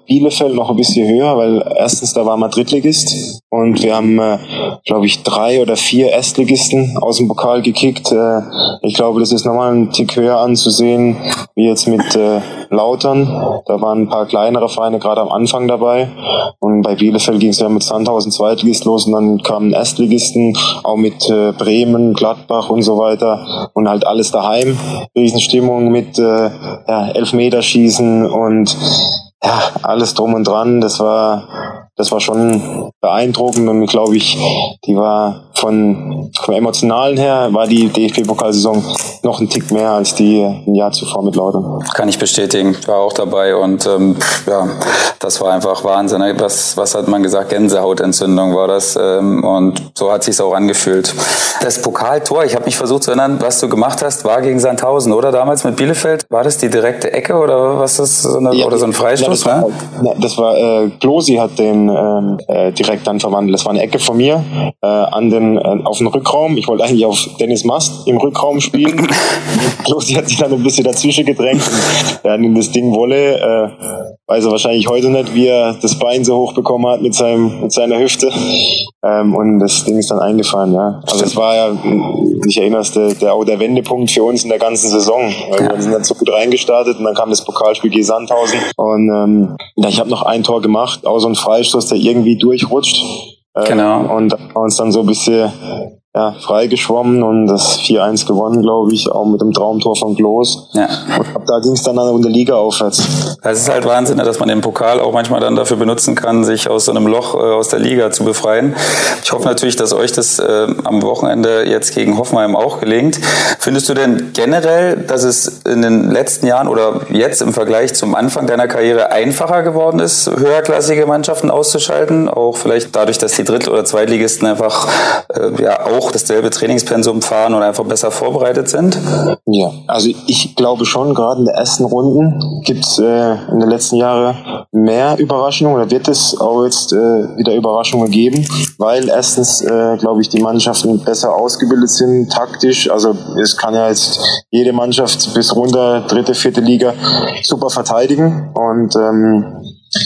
Bielefeld noch ein bisschen höher, weil erstens, da war man Drittligist und wir haben, äh, glaube ich, drei oder vier Erstligisten aus dem Pokal gekickt. Äh, ich glaube, das ist nochmal ein Tick höher anzusehen, wie jetzt mit äh, Lautern. Da waren ein paar kleinere Vereine gerade am Anfang dabei und bei Bielefeld ging es ja mit Sandhausen Zweitligist los und dann kamen Erstligisten, auch mit äh, Bremen, Gladbach und so weiter und halt alles daheim. Riesenstimmung mit äh, ja, Elfmeterschießen und ja, alles drum und dran. Das war, das war schon beeindruckend und glaube ich, die war von, vom Emotionalen her, war die D F B-Pokalsaison noch ein Tick mehr als die ein Jahr zuvor mit Lautern. Kann ich bestätigen, ich war auch dabei und ähm, ja, das war einfach Wahnsinn. Was, was hat man gesagt? Gänsehautentzündung war das ähm, und so hat sich's auch angefühlt. Das Pokaltor, ich habe mich versucht zu erinnern, was du gemacht hast, war gegen Sandhausen, oder? Damals mit Bielefeld, war das die direkte Ecke oder was ist so eine, ja, oder so ein Freistoß? Ja, das war, ne? das war äh, Klosi hat den ähm, äh, direkt dann verwandelt. Das war eine Ecke von mir äh, an den äh, auf den Rückraum. Ich wollte eigentlich auf Dennis Mast im Rückraum spielen. Klosi hat sich dann ein bisschen dazwischen gedrängt und er hat ihm das Ding Wolle. Äh, weiß er wahrscheinlich heute nicht, wie er das Bein so hoch bekommen hat mit seinem mit seiner Hüfte. Ähm, und das Ding ist dann eingefahren, ja. Also es war ja, ich erinnere es, der, der, auch der Wendepunkt für uns in der ganzen Saison. Weil wir sind dann so gut reingestartet und dann kam das Pokalspiel gegen Sandhausen. Und ähm, ich habe noch ein Tor gemacht, auch so ein Freistoß, der irgendwie durchrutscht. Äh, genau. Und haben uns dann so ein bisschen ja, freigeschwommen und das vier eins gewonnen, glaube ich, auch mit dem Traumtor von Klos. Ja. Und ab da ging es dann in der Liga aufwärts. Es ist halt Wahnsinn, dass man den Pokal auch manchmal dann dafür benutzen kann, sich aus so einem Loch äh, aus der Liga zu befreien. Ich hoffe natürlich, dass euch das äh, am Wochenende jetzt gegen Hoffenheim auch gelingt. Findest du denn generell, dass es in den letzten Jahren oder jetzt im Vergleich zum Anfang deiner Karriere einfacher geworden ist, höherklassige Mannschaften auszuschalten? Auch vielleicht dadurch, dass die Dritt- oder Zweitligisten einfach äh, ja auch dasselbe Trainingspensum fahren und einfach besser vorbereitet sind? Ja, also ich glaube schon, gerade in der ersten Runden gibt es äh, in den letzten Jahren mehr Überraschungen oder wird es auch jetzt äh, wieder Überraschungen geben, weil erstens, äh, glaube ich, die Mannschaften besser ausgebildet sind, taktisch. Also es kann ja jetzt jede Mannschaft bis runter, dritte, vierte Liga super verteidigen und ähm,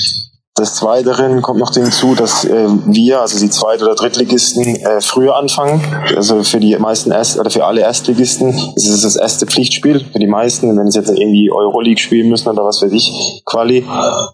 des Zweiteren kommt noch hinzu, dass äh, wir, also die Zweit- oder Drittligisten, äh, früher anfangen. Also für die meisten Erst- oder für alle Erstligisten ist es das erste Pflichtspiel. Für die meisten, wenn sie jetzt irgendwie Euroleague spielen müssen oder was weiß ich, Quali.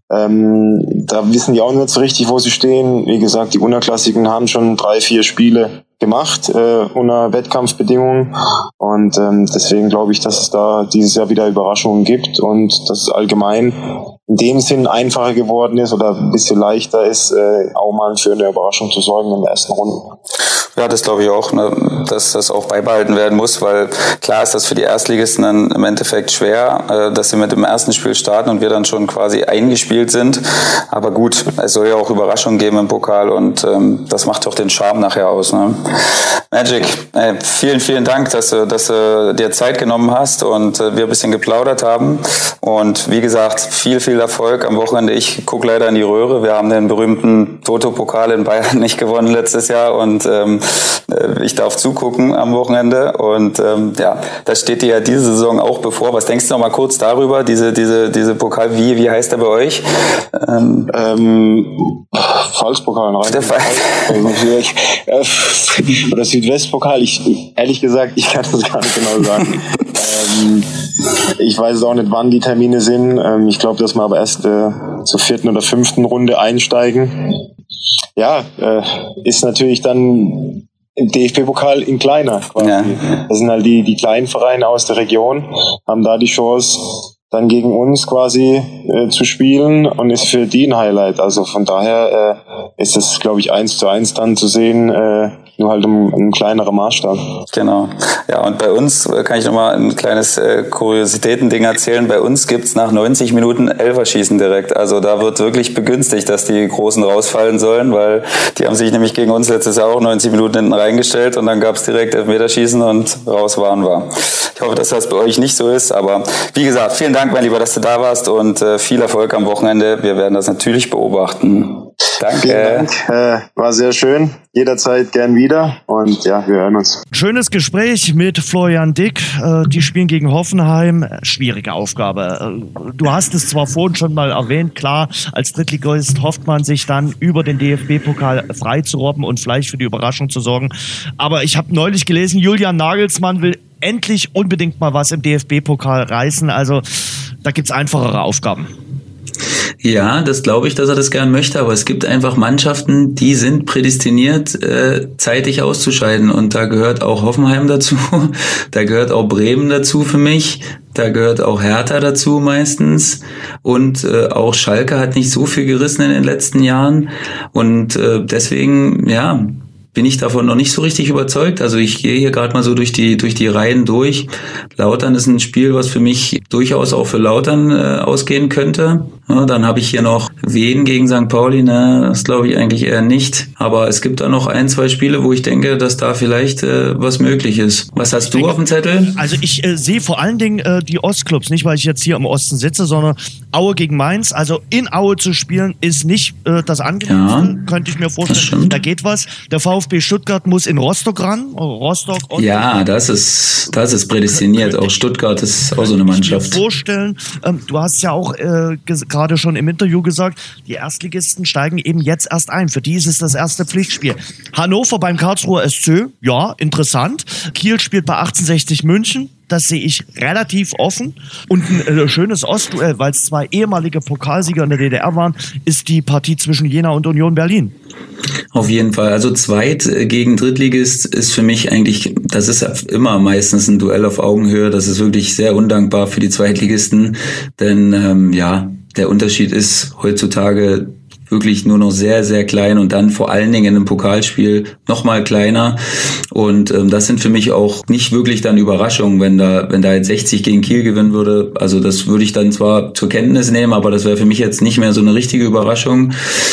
Ähm, da wissen die auch nicht so richtig, wo sie stehen. Wie gesagt, die Unterklassigen haben schon drei, vier Spiele gemacht äh, unter Wettkampfbedingungen und ähm, deswegen glaube ich, dass es da dieses Jahr wieder Überraschungen gibt und dass es allgemein in dem Sinn einfacher geworden ist oder ein bisschen leichter ist, äh, auch mal für eine Überraschung zu sorgen in der ersten Runde. Ja, das glaube ich auch, ne, dass das auch beibehalten werden muss, weil klar ist das für die Erstligisten dann im Endeffekt schwer, äh, dass sie mit dem ersten Spiel starten und wir dann schon quasi eingespielt sind. Aber gut, es soll ja auch Überraschungen geben im Pokal und ähm, das macht doch den Charme nachher aus. Ne? Magic, ey, vielen, vielen Dank, dass du, dass du dir Zeit genommen hast und äh, wir ein bisschen geplaudert haben. Und wie gesagt, viel, viel Erfolg am Wochenende. Ich gucke leider in die Röhre. Wir haben den berühmten Toto-Pokal in Bayern nicht gewonnen letztes Jahr und ähm, ich darf zugucken am Wochenende und ähm, ja, das steht dir ja diese Saison auch bevor. Was denkst du noch mal kurz darüber, diese diese diese Pokal, wie wie heißt der bei euch? Ähm, ähm, Pfalzpokal, rein. Der Pfalz. Oder Südwestpokal, ich ehrlich gesagt, ich kann das gar nicht genau sagen. ähm, ich weiß auch nicht, wann die Termine sind. Ähm, ich glaube, dass wir aber erst äh, zur vierten oder fünften Runde einsteigen. Ja, äh, ist natürlich dann im D F B-Pokal in kleiner quasi. Ja. Das sind halt die, die kleinen Vereine aus der Region, haben da die Chance, dann gegen uns quasi äh, zu spielen und ist für die ein Highlight. Also von daher äh, ist es, glaube ich, eins zu eins dann zu sehen, äh, nur halt im, im kleineren Maßstab. Genau. Ja, und bei uns kann ich nochmal ein kleines äh, Kuriositäten-Ding erzählen. Bei uns gibt's nach neunzig Minuten Elferschießen direkt. Also da wird wirklich begünstigt, dass die Großen rausfallen sollen, weil die haben sich nämlich gegen uns letztes Jahr auch neunzig Minuten hinten reingestellt und dann gab's direkt Elfmeterschießen und raus waren wir. Ich hoffe, dass das bei euch nicht so ist, aber wie gesagt, vielen Dank, mein Lieber, dass du da warst und äh, viel Erfolg am Wochenende. Wir werden das natürlich beobachten. Danke. Vielen Dank. Äh, war sehr schön. Jederzeit gern wieder. Und ja, wir hören uns. Schönes Gespräch mit Florian Dick. Äh, die spielen gegen Hoffenheim. Schwierige Aufgabe. Äh, du hast es zwar vorhin schon mal erwähnt, klar, als Drittligist hofft man sich dann über den D F B-Pokal frei zu robben und vielleicht für die Überraschung zu sorgen. Aber ich habe neulich gelesen, Julian Nagelsmann will endlich unbedingt mal was im D F B-Pokal reißen. Also da gibt's einfachere Aufgaben. Ja, das glaube ich, dass er das gern möchte, aber es gibt einfach Mannschaften, die sind prädestiniert, äh, zeitig auszuscheiden, und da gehört auch Hoffenheim dazu, da gehört auch Bremen dazu für mich, da gehört auch Hertha dazu meistens, und äh, auch Schalke hat nicht so viel gerissen in den letzten Jahren, und äh, deswegen, ja, bin ich davon noch nicht so richtig überzeugt. Also ich gehe hier gerade mal so durch die durch die Reihen durch. Lautern ist ein Spiel, was für mich durchaus auch für Lautern äh, ausgehen könnte. Ja, dann habe ich hier noch Wien gegen Sankt Pauli. Ne, das glaube ich eigentlich eher nicht. Aber es gibt da noch ein, zwei Spiele, wo ich denke, dass da vielleicht äh, was möglich ist. Was hast du auf dem Zettel? Also ich äh, sehe vor allen Dingen äh, die Ostclubs. Nicht, weil ich jetzt hier im Osten sitze, sondern Aue gegen Mainz. Also in Aue zu spielen, ist nicht äh, das Angenehmste. Ja, könnte ich mir vorstellen. Da geht was. Der VfB Stuttgart muss in Rostock ran. Rostock. Ost- ja, das ist das ist prädestiniert. Auch Stuttgart ist auch so eine Mannschaft. Ich mir vorstellen, ähm, du hast ja auch äh, ges- gerade schon im Interview gesagt, die Erstligisten steigen eben jetzt erst ein. Für die ist es das erste Pflichtspiel. Hannover beim Karlsruher S C, ja, interessant. Kiel spielt bei achtzehnhundertsechzig München. Das sehe ich relativ offen. Und ein äh, schönes Ostduell, weil es zwei ehemalige Pokalsieger in der D D R waren, ist die Partie zwischen Jena und Union Berlin. Auf jeden Fall. Also Zweit gegen Drittligist ist für mich eigentlich, das ist immer meistens ein Duell auf Augenhöhe. Das ist wirklich sehr undankbar für die Zweitligisten. Denn ähm, ja, der Unterschied ist heutzutage wirklich nur noch sehr, sehr klein, und dann vor allen Dingen in einem Pokalspiel noch mal kleiner. Und ähm, das sind für mich auch nicht wirklich dann Überraschungen, wenn da wenn da jetzt sechzig gegen Kiel gewinnen würde. Also das würde ich dann zwar zur Kenntnis nehmen, aber das wäre für mich jetzt nicht mehr so eine richtige Überraschung.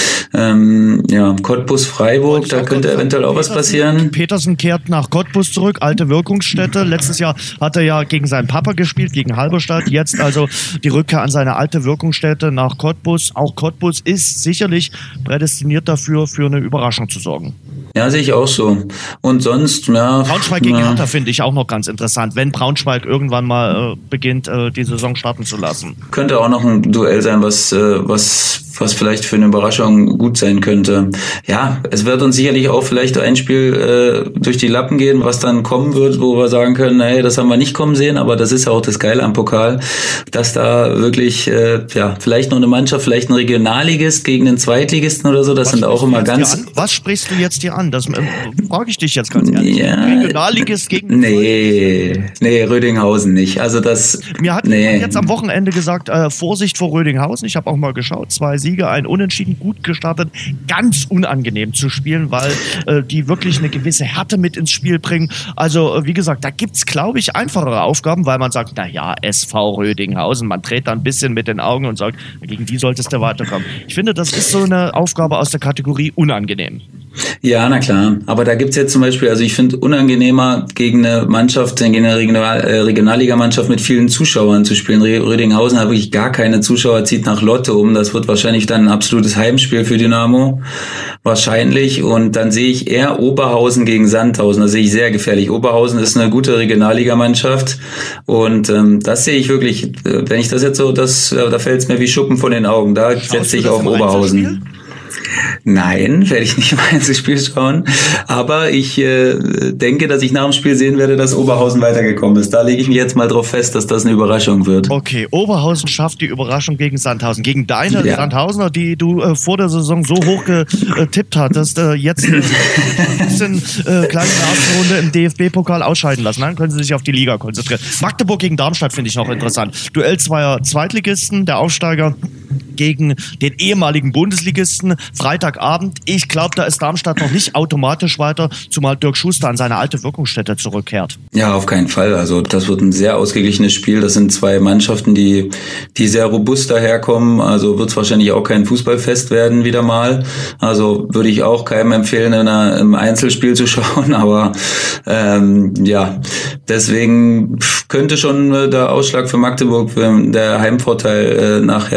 Ähm, ja, Cottbus Freiburg, da könnte eventuell auch was passieren. Petersen kehrt nach Cottbus zurück, alte Wirkungsstätte. Letztes Jahr hat er ja gegen seinen Papa gespielt, gegen Halberstadt. Jetzt also die Rückkehr an seine alte Wirkungsstätte nach Cottbus. Auch Cottbus ist sicherlich prädestiniert dafür, für eine Überraschung zu sorgen. Ja, sehe ich auch so. Und sonst, ja. Braunschweig gegen ja. Hertha finde ich auch noch ganz interessant, wenn Braunschweig irgendwann mal äh, beginnt, äh, die Saison starten zu lassen. Könnte auch noch ein Duell sein, was, äh, was, was vielleicht für eine Überraschung gut sein könnte. Ja, es wird uns sicherlich auch vielleicht ein Spiel äh, durch die Lappen gehen, was dann kommen wird, wo wir sagen können, hey, das haben wir nicht kommen sehen, aber das ist ja auch das Geile am Pokal, dass da wirklich, äh, ja, vielleicht noch eine Mannschaft, vielleicht ein Regionalligist gegen einen Zweitligisten oder so, das was sind auch immer ganz... Was sprichst du jetzt hier an? Das äh, frage ich dich jetzt ganz ehrlich. Ja, Regionalligist gegen... Nee, nee, Rödinghausen nicht. Also das... Mir hat nee. jetzt am Wochenende gesagt, äh, Vorsicht vor Rödinghausen. Ich habe auch mal geschaut, zwei Siege, ein Unentschieden, gut gestartet. Ganz unangenehm zu spielen, weil äh, die wirklich eine gewisse Härte mit ins Spiel bringen. Also äh, wie gesagt, da gibt's, glaube ich, einfachere Aufgaben, weil man sagt, na ja, S V Rödinghausen, man dreht da ein bisschen mit den Augen und sagt, gegen die solltest du weiterkommen. Ich finde, das ist so eine Aufgabe aus der Kategorie unangenehm. Ja, na klar. Aber da gibt's jetzt zum Beispiel, also ich finde unangenehmer gegen eine Mannschaft, gegen eine Regional, äh, Regionalligamannschaft mit vielen Zuschauern zu spielen. Rödinghausen hat wirklich gar keine Zuschauer, zieht nach Lotte um. Das wird wahrscheinlich dann ein absolutes Heimspiel für Dynamo. Wahrscheinlich. Und dann sehe ich eher Oberhausen gegen Sandhausen. Das sehe ich sehr gefährlich. Oberhausen ist eine gute Regionalligamannschaft. Und ähm, das sehe ich wirklich, wenn ich das jetzt so, das, da fällt es mir wie Schuppen von den Augen. Da setze ich auf Oberhausen. Nein, werde ich nicht mal ins Spiel schauen. Aber ich äh, denke, dass ich nach dem Spiel sehen werde, dass Oberhausen weitergekommen ist. Da lege ich mich jetzt mal drauf fest, dass das eine Überraschung wird. Okay, Oberhausen schafft die Überraschung gegen Sandhausen. Gegen deine ja. Sandhausener, die du äh, vor der Saison so hoch getippt hattest, äh, jetzt ein bisschen äh, kleine Runde im D F B-Pokal ausscheiden lassen. Dann können sie sich auf die Liga konzentrieren. Magdeburg gegen Darmstadt finde ich noch interessant. Duell zweier Zweitligisten, der Aufsteiger gegen den ehemaligen Bundesligisten. Freitagabend. Ich glaube, da ist Darmstadt noch nicht automatisch weiter, zumal Dirk Schuster an seine alte Wirkungsstätte zurückkehrt. Ja, auf keinen Fall. Also das wird ein sehr ausgeglichenes Spiel. Das sind zwei Mannschaften, die die sehr robust daherkommen. Also wird es wahrscheinlich auch kein Fußballfest werden wieder mal. Also würde ich auch keinem empfehlen, in einer, im Einzelspiel zu schauen. Aber ähm, ja, deswegen könnte schon der Ausschlag für Magdeburg, der Heimvorteil äh, nachher entscheiden.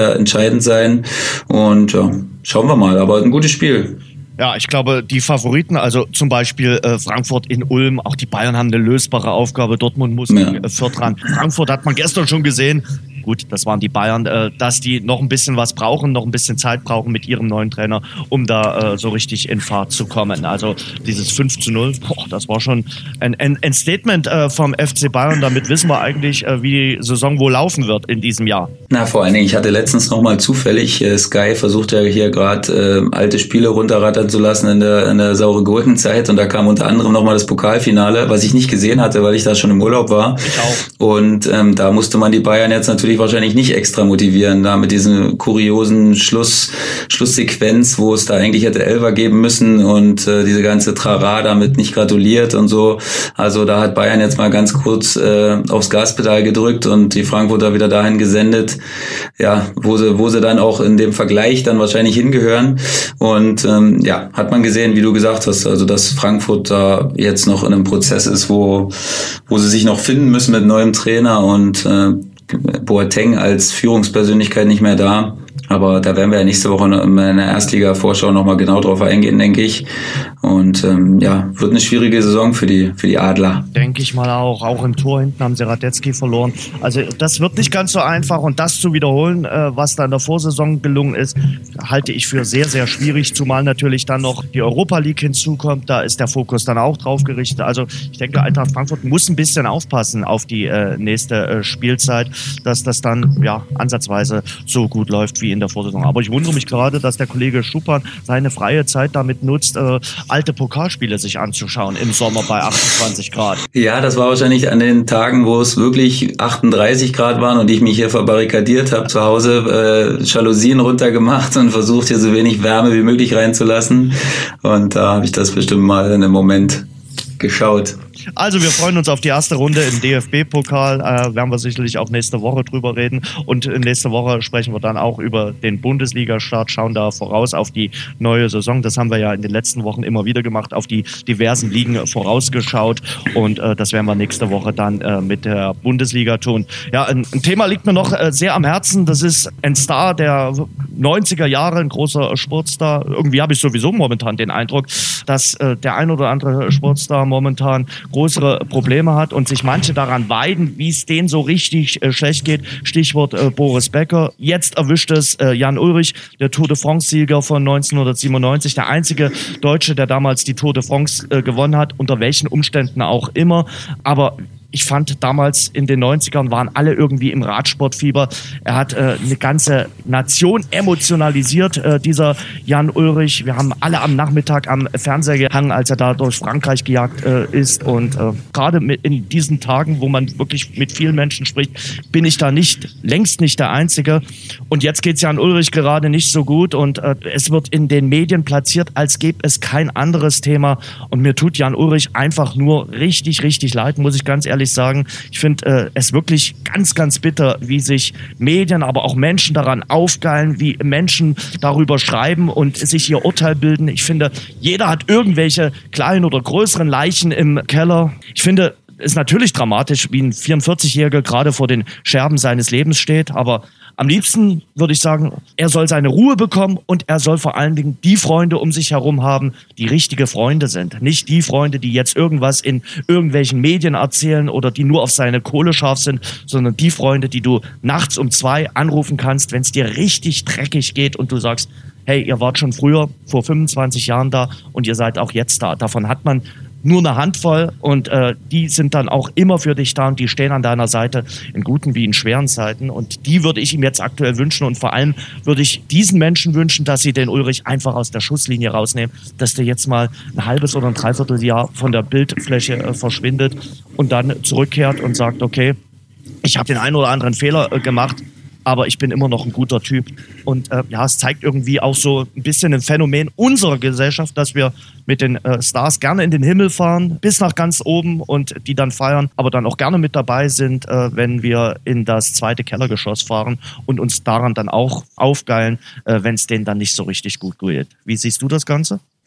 entscheidend sein. Und ja, schauen wir mal. Aber ein gutes Spiel. Ja, ich glaube, die Favoriten, also zum Beispiel äh, Frankfurt in Ulm, auch die Bayern haben eine lösbare Aufgabe. Dortmund muss ja. gegen äh, Fürth ran. Frankfurt hat man gestern schon gesehen. Gut, das waren die Bayern, äh, dass die noch ein bisschen was brauchen, noch ein bisschen Zeit brauchen mit ihrem neuen Trainer, um da äh, so richtig in Fahrt zu kommen. Also dieses fünf zu null, boah, das war schon ein, ein, ein Statement äh, vom F C Bayern. Damit wissen wir eigentlich, äh, wie die Saison wohl laufen wird in diesem Jahr. Na, vor allen Dingen, ich hatte letztens noch mal zufällig, äh, Sky versucht ja hier gerade äh, alte Spiele runterrattern zu lassen in der, in der saure Gurkenzeit, und da kam unter anderem noch mal das Pokalfinale, was ich nicht gesehen hatte, weil ich da schon im Urlaub war. Ich auch. Und ähm, da musste man die Bayern jetzt natürlich wahrscheinlich nicht extra motivieren, da mit diesem kuriosen Schluss, Schlusssequenz, wo es da eigentlich hätte Elfer geben müssen, und äh, diese ganze Trara damit nicht gratuliert und so. Also da hat Bayern jetzt mal ganz kurz äh, aufs Gaspedal gedrückt und die Frankfurter wieder dahin gesendet, ja, wo sie, wo sie dann auch in dem Vergleich dann wahrscheinlich hingehören. Und ähm, ja, hat man gesehen, wie du gesagt hast, also dass Frankfurt da jetzt noch in einem Prozess ist, wo, wo sie sich noch finden müssen mit neuem Trainer, und äh, Boateng als Führungspersönlichkeit nicht mehr da. Aber da werden wir ja nächste Woche in der Erstliga-Vorschau nochmal genau drauf eingehen, denke ich. Und ähm, ja, wird eine schwierige Saison für die für die Adler. Denke ich mal auch. Auch im Tor hinten haben sie Radetzky verloren. Also das wird nicht ganz so einfach. Und das zu wiederholen, äh, was da in der Vorsaison gelungen ist, halte ich für sehr, sehr schwierig. Zumal natürlich dann noch die Europa League hinzukommt. Da ist der Fokus dann auch drauf gerichtet. Also ich denke, Eintracht Frankfurt muss ein bisschen aufpassen auf die äh, nächste äh, Spielzeit, dass das dann ja ansatzweise so gut läuft wie in der Vorsaison. Aber ich wundere mich gerade, dass der Kollege Schuppan seine freie Zeit damit nutzt, äh, alte Pokalspiele sich anzuschauen im Sommer bei achtundzwanzig Grad. Ja, das war wahrscheinlich an den Tagen, wo es wirklich achtunddreißig Grad waren und ich mich hier verbarrikadiert habe zu Hause, äh, Jalousien runtergemacht und versucht, hier so wenig Wärme wie möglich reinzulassen. Und da habe ich das bestimmt mal in einem Moment geschaut. Also wir freuen uns auf die erste Runde im D F B-Pokal, äh, werden wir sicherlich auch nächste Woche drüber reden, und nächste Woche sprechen wir dann auch über den Bundesliga-Start, schauen da voraus auf die neue Saison. Das haben wir ja in den letzten Wochen immer wieder gemacht, auf die diversen Ligen vorausgeschaut, und äh, das werden wir nächste Woche dann äh, mit der Bundesliga tun. Ja, ein, ein Thema liegt mir noch äh, sehr am Herzen, das ist ein Star der neunziger Jahre, ein großer Sportstar. Irgendwie habe ich sowieso momentan den Eindruck, dass äh, der ein oder andere Sportstar momentan größere Probleme hat und sich manche daran weiden, wie es denen so richtig äh, schlecht geht. Stichwort äh, Boris Becker. Jetzt erwischt es äh, Jan Ullrich, der Tour de France-Sieger von neunzehnhundertsiebenundneunzig, der einzige Deutsche, der damals die Tour de France äh, gewonnen hat, unter welchen Umständen auch immer. Aber ich fand, damals in den neunzigern waren alle irgendwie im Radsportfieber. Er hat äh, eine ganze Nation emotionalisiert, äh, dieser Jan Ullrich. Wir haben alle am Nachmittag am Fernseher gehangen, als er da durch Frankreich gejagt äh, ist. Und äh, gerade in diesen Tagen, wo man wirklich mit vielen Menschen spricht, bin ich da nicht, längst nicht der Einzige. Und jetzt geht's Jan Ullrich gerade nicht so gut. Und äh, es wird in den Medien platziert, als gäbe es kein anderes Thema. Und mir tut Jan Ullrich einfach nur richtig, richtig leid, muss ich ganz ehrlich sagen. Ich finde äh, es wirklich ganz, ganz bitter, wie sich Medien, aber auch Menschen daran aufgeilen, wie Menschen darüber schreiben und sich ihr Urteil bilden. Ich finde, jeder hat irgendwelche kleinen oder größeren Leichen im Keller. Ich finde, es ist natürlich dramatisch, wie ein vierundvierzigjähriger gerade vor den Scherben seines Lebens steht, aber am liebsten würde ich sagen, er soll seine Ruhe bekommen und er soll vor allen Dingen die Freunde um sich herum haben, die richtige Freunde sind. Nicht die Freunde, die jetzt irgendwas in irgendwelchen Medien erzählen oder die nur auf seine Kohle scharf sind, sondern die Freunde, die du nachts um zwei anrufen kannst, wenn es dir richtig dreckig geht und du sagst, hey, ihr wart schon früher, vor fünfundzwanzig Jahren da und ihr seid auch jetzt da. Davon hat man nur eine Handvoll und äh, die sind dann auch immer für dich da und die stehen an deiner Seite in guten wie in schweren Zeiten und die würde ich ihm jetzt aktuell wünschen und vor allem würde ich diesen Menschen wünschen, dass sie den Ullrich einfach aus der Schusslinie rausnehmen, dass der jetzt mal ein halbes oder ein Dreivierteljahr von der Bildfläche äh, verschwindet und dann zurückkehrt und sagt, okay, ich habe den einen oder anderen Fehler äh, gemacht, aber ich bin immer noch ein guter Typ. Und äh, ja, es zeigt irgendwie auch so ein bisschen ein Phänomen unserer Gesellschaft, dass wir mit den äh, Stars gerne in den Himmel fahren, bis nach ganz oben und die dann feiern, aber dann auch gerne mit dabei sind, äh, wenn wir in das zweite Kellergeschoss fahren und uns daran dann auch aufgeilen, äh, wenn es denen dann nicht so richtig gut geht. Wie siehst du das Ganze?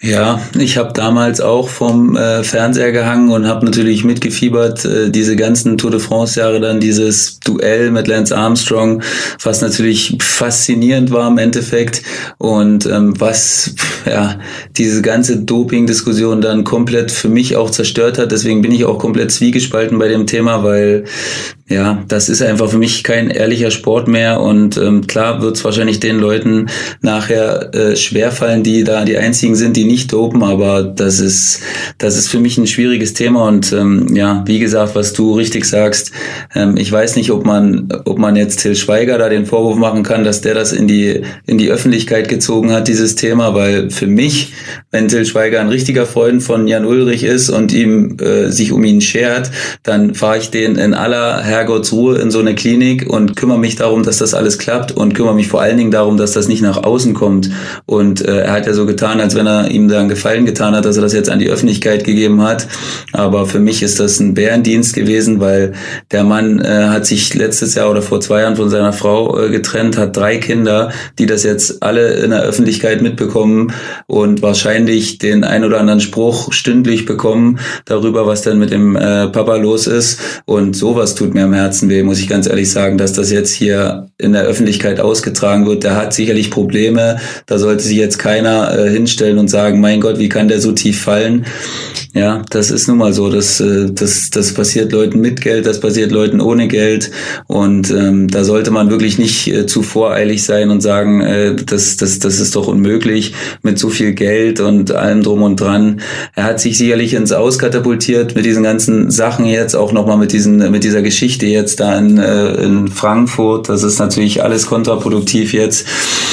Ja, ich habe damals auch vom äh, Fernseher gehangen und habe natürlich mitgefiebert, äh, diese ganzen Tour de France-Jahre, dann dieses Duell mit Lance Armstrong, was natürlich faszinierend war im Endeffekt und ähm, was ja diese ganze Doping-Diskussion dann komplett für mich auch zerstört hat. Deswegen bin ich auch komplett zwiegespalten bei dem Thema, weil ja, das ist einfach für mich kein ehrlicher Sport mehr und ähm, klar wird es wahrscheinlich den Leuten nachher äh, schwerfallen, die da die einzigen sind, die nicht dopen, aber das ist das ist für mich ein schwieriges Thema und ähm, ja, wie gesagt, was du richtig sagst, ähm, ich weiß nicht, ob man ob man jetzt Till Schweiger da den Vorwurf machen kann, dass der das in die in die Öffentlichkeit gezogen hat, dieses Thema, weil für mich, wenn Till Schweiger ein richtiger Freund von Jan Ullrich ist und ihm äh, sich um ihn schert, dann fahre ich den in aller Herrgottsruhe in so eine Klinik und kümmere mich darum, dass das alles klappt und kümmere mich vor allen Dingen darum, dass das nicht nach außen kommt. Und äh, er hat ja so getan, als wenn er ihm da einen Gefallen getan hat, dass er das jetzt an die Öffentlichkeit gegeben hat. Aber für mich ist das ein Bärendienst gewesen, weil der Mann äh, hat sich letztes Jahr oder vor zwei Jahren von seiner Frau äh, getrennt, hat drei Kinder, die das jetzt alle in der Öffentlichkeit mitbekommen und wahrscheinlich den ein oder anderen Spruch stündlich bekommen darüber, was denn mit dem äh, Papa los ist. Und sowas tut mir am Herzen weh, muss ich ganz ehrlich sagen, dass das jetzt hier in der Öffentlichkeit ausgetragen wird. Der hat sicherlich Probleme, da sollte sich jetzt keiner äh, hinstellen und sagen, mein Gott, wie kann der so tief fallen? Ja, das ist nun mal so, das, äh, das, das passiert Leuten mit Geld, das passiert Leuten ohne Geld und ähm, da sollte man wirklich nicht äh, zu voreilig sein und sagen, äh, das, das, das ist doch unmöglich mit so viel Geld und allem drum und dran. Er hat sich sicherlich ins Aus katapultiert mit diesen ganzen Sachen jetzt, auch nochmal mit diesen mit dieser Geschichte jetzt da in, äh, in Frankfurt. Das ist natürlich alles kontraproduktiv jetzt.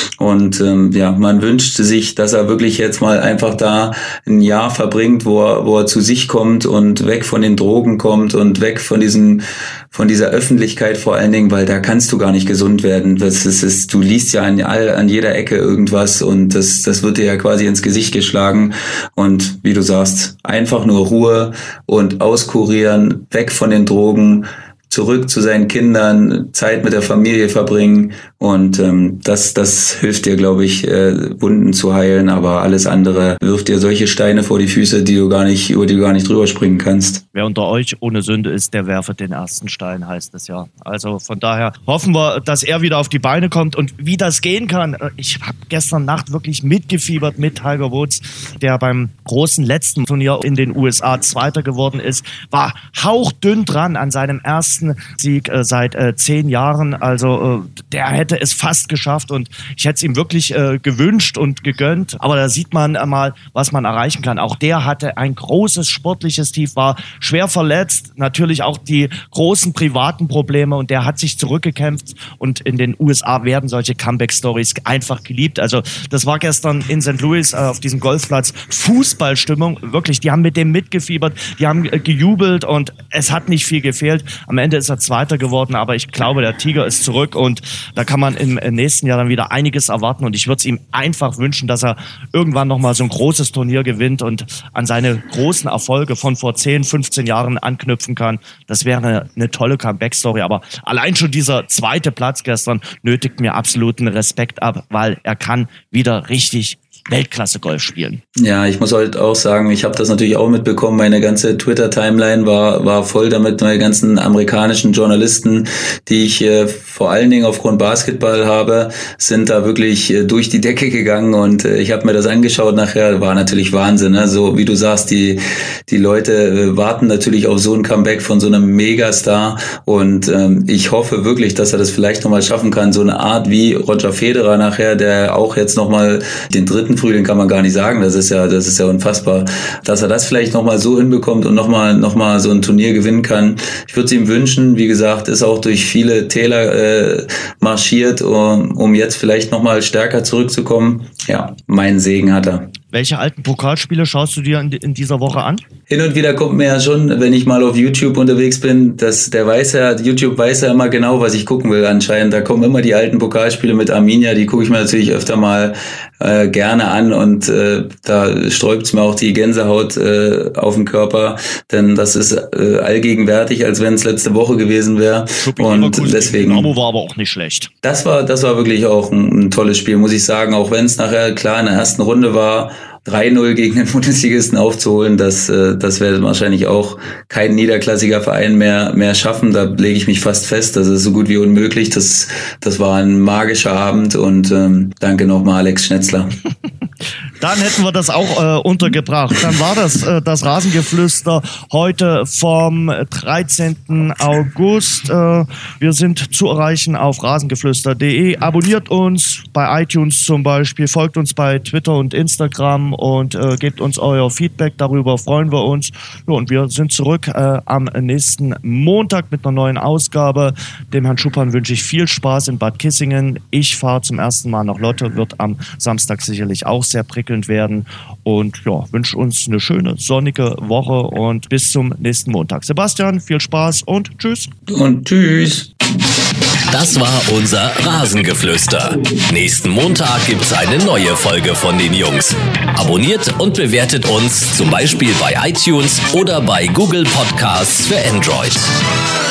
Und ähm, ja, man wünschte sich, dass er wirklich jetzt mal einfach da ein Jahr verbringt, wo er, wo er zu sich kommt und weg von den Drogen kommt und weg von diesem, von dieser Öffentlichkeit vor allen Dingen, weil da kannst du gar nicht gesund werden. Das ist, ist du liest ja an, an jeder Ecke irgendwas und das, das wird dir ja quasi ins Gesicht geschlagen. Und wie du sagst, einfach nur Ruhe und auskurieren, weg von den Drogen, zurück zu seinen Kindern, Zeit mit der Familie verbringen und ähm, das das hilft dir, glaube ich, äh, Wunden zu heilen, aber alles andere wirft dir solche Steine vor die Füße, die du gar nicht, über die du gar nicht drüber springen kannst. Wer unter euch ohne Sünde ist, der werfe den ersten Stein, heißt es ja. Also von daher hoffen wir, dass er wieder auf die Beine kommt und wie das gehen kann. Ich habe gestern Nacht wirklich mitgefiebert mit Tiger Woods, der beim großen letzten Turnier in den U S A Zweiter geworden ist, war hauchdünn dran an seinem ersten Sieg äh, seit äh, zehn Jahren. Also äh, der hätte es fast geschafft und ich hätte es ihm wirklich äh, gewünscht und gegönnt. Aber da sieht man äh, mal, was man erreichen kann. Auch der hatte ein großes sportliches Tief, war schwer verletzt, natürlich auch die großen privaten Probleme und der hat sich zurückgekämpft und in den U S A werden solche Comeback-Stories einfach geliebt. Also das war gestern in Sankt Louis äh, auf diesem Golfplatz Fußballstimmung. Wirklich, die haben mit dem mitgefiebert, die haben äh, gejubelt und es hat nicht viel gefehlt. Am Ende ist er Zweiter geworden, aber ich glaube, der Tiger ist zurück und da kann man im nächsten Jahr dann wieder einiges erwarten und ich würde es ihm einfach wünschen, dass er irgendwann nochmal so ein großes Turnier gewinnt und an seine großen Erfolge von vor zehn, fünfzehn Jahren anknüpfen kann. Das wäre eine, eine tolle Comeback-Story, aber allein schon dieser zweite Platz gestern nötigt mir absoluten Respekt ab, weil er kann wieder richtig Weltklasse-Golf spielen. Ja, ich muss halt auch sagen, ich habe das natürlich auch mitbekommen, meine ganze Twitter-Timeline war war voll damit, meine ganzen amerikanischen Journalisten, die ich äh, vor allen Dingen aufgrund Basketball habe, sind da wirklich äh, durch die Decke gegangen und äh, ich habe mir das angeschaut nachher, war natürlich Wahnsinn, ne? So wie du sagst, die die Leute äh, warten natürlich auf so ein Comeback von so einem Megastar und ähm, ich hoffe wirklich, dass er das vielleicht nochmal schaffen kann, so eine Art wie Roger Federer nachher, der auch jetzt nochmal den dritten Frühling kann man gar nicht sagen, das ist ja, das ist ja unfassbar, dass er das vielleicht nochmal so hinbekommt und nochmal, nochmal so ein Turnier gewinnen kann. Ich würde es ihm wünschen, wie gesagt, ist auch durch viele Täler äh, marschiert, um, um jetzt vielleicht nochmal stärker zurückzukommen. Ja, meinen Segen hat er. Welche alten Pokalspiele schaust du dir in, in dieser Woche an? Hin und wieder kommt mir ja schon, wenn ich mal auf YouTube unterwegs bin, dass der weiß ja, YouTube weiß ja immer genau, was ich gucken will anscheinend. Da kommen immer die alten Pokalspiele mit Arminia, die gucke ich mir natürlich öfter mal äh, gerne an und äh, da sträubt's mir auch die Gänsehaut äh, auf den Körper, denn das ist äh, allgegenwärtig, als wenn es letzte Woche gewesen wäre. Und deswegen. Abo war aber auch nicht schlecht. Das war, das war wirklich auch ein, ein tolles Spiel, muss ich sagen, auch wenn es nachher klar in der ersten Runde war. drei null gegen den Bundesligisten aufzuholen, das, äh, das wird wahrscheinlich auch kein niederklassiger Verein mehr, mehr schaffen. Da lege ich mich fast fest. Das ist so gut wie unmöglich. Das, das war ein magischer Abend und ähm, danke nochmal Alex Schnetzler. Dann hätten wir das auch äh, untergebracht. Dann war das äh, das Rasengeflüster heute vom dreizehnten August. Äh, wir sind zu erreichen auf rasengeflüster punkt de. Abonniert uns bei iTunes zum Beispiel, folgt uns bei Twitter und Instagram und äh, gebt uns euer Feedback. Darüber freuen wir uns. Ja, und wir sind zurück äh, am nächsten Montag mit einer neuen Ausgabe. Dem Herrn Schuppan wünsche ich viel Spaß in Bad Kissingen. Ich fahre zum ersten Mal nach Lotte, wird am Samstag sicherlich auch sehr prickelnd werden und ja, wünsche uns eine schöne sonnige Woche und bis zum nächsten Montag. Sebastian, viel Spaß und tschüss. Und tschüss. Das war unser Rasengeflüster. Nächsten Montag gibt's eine neue Folge von den Jungs. Abonniert und bewertet uns zum Beispiel bei iTunes oder bei Google Podcasts für Android.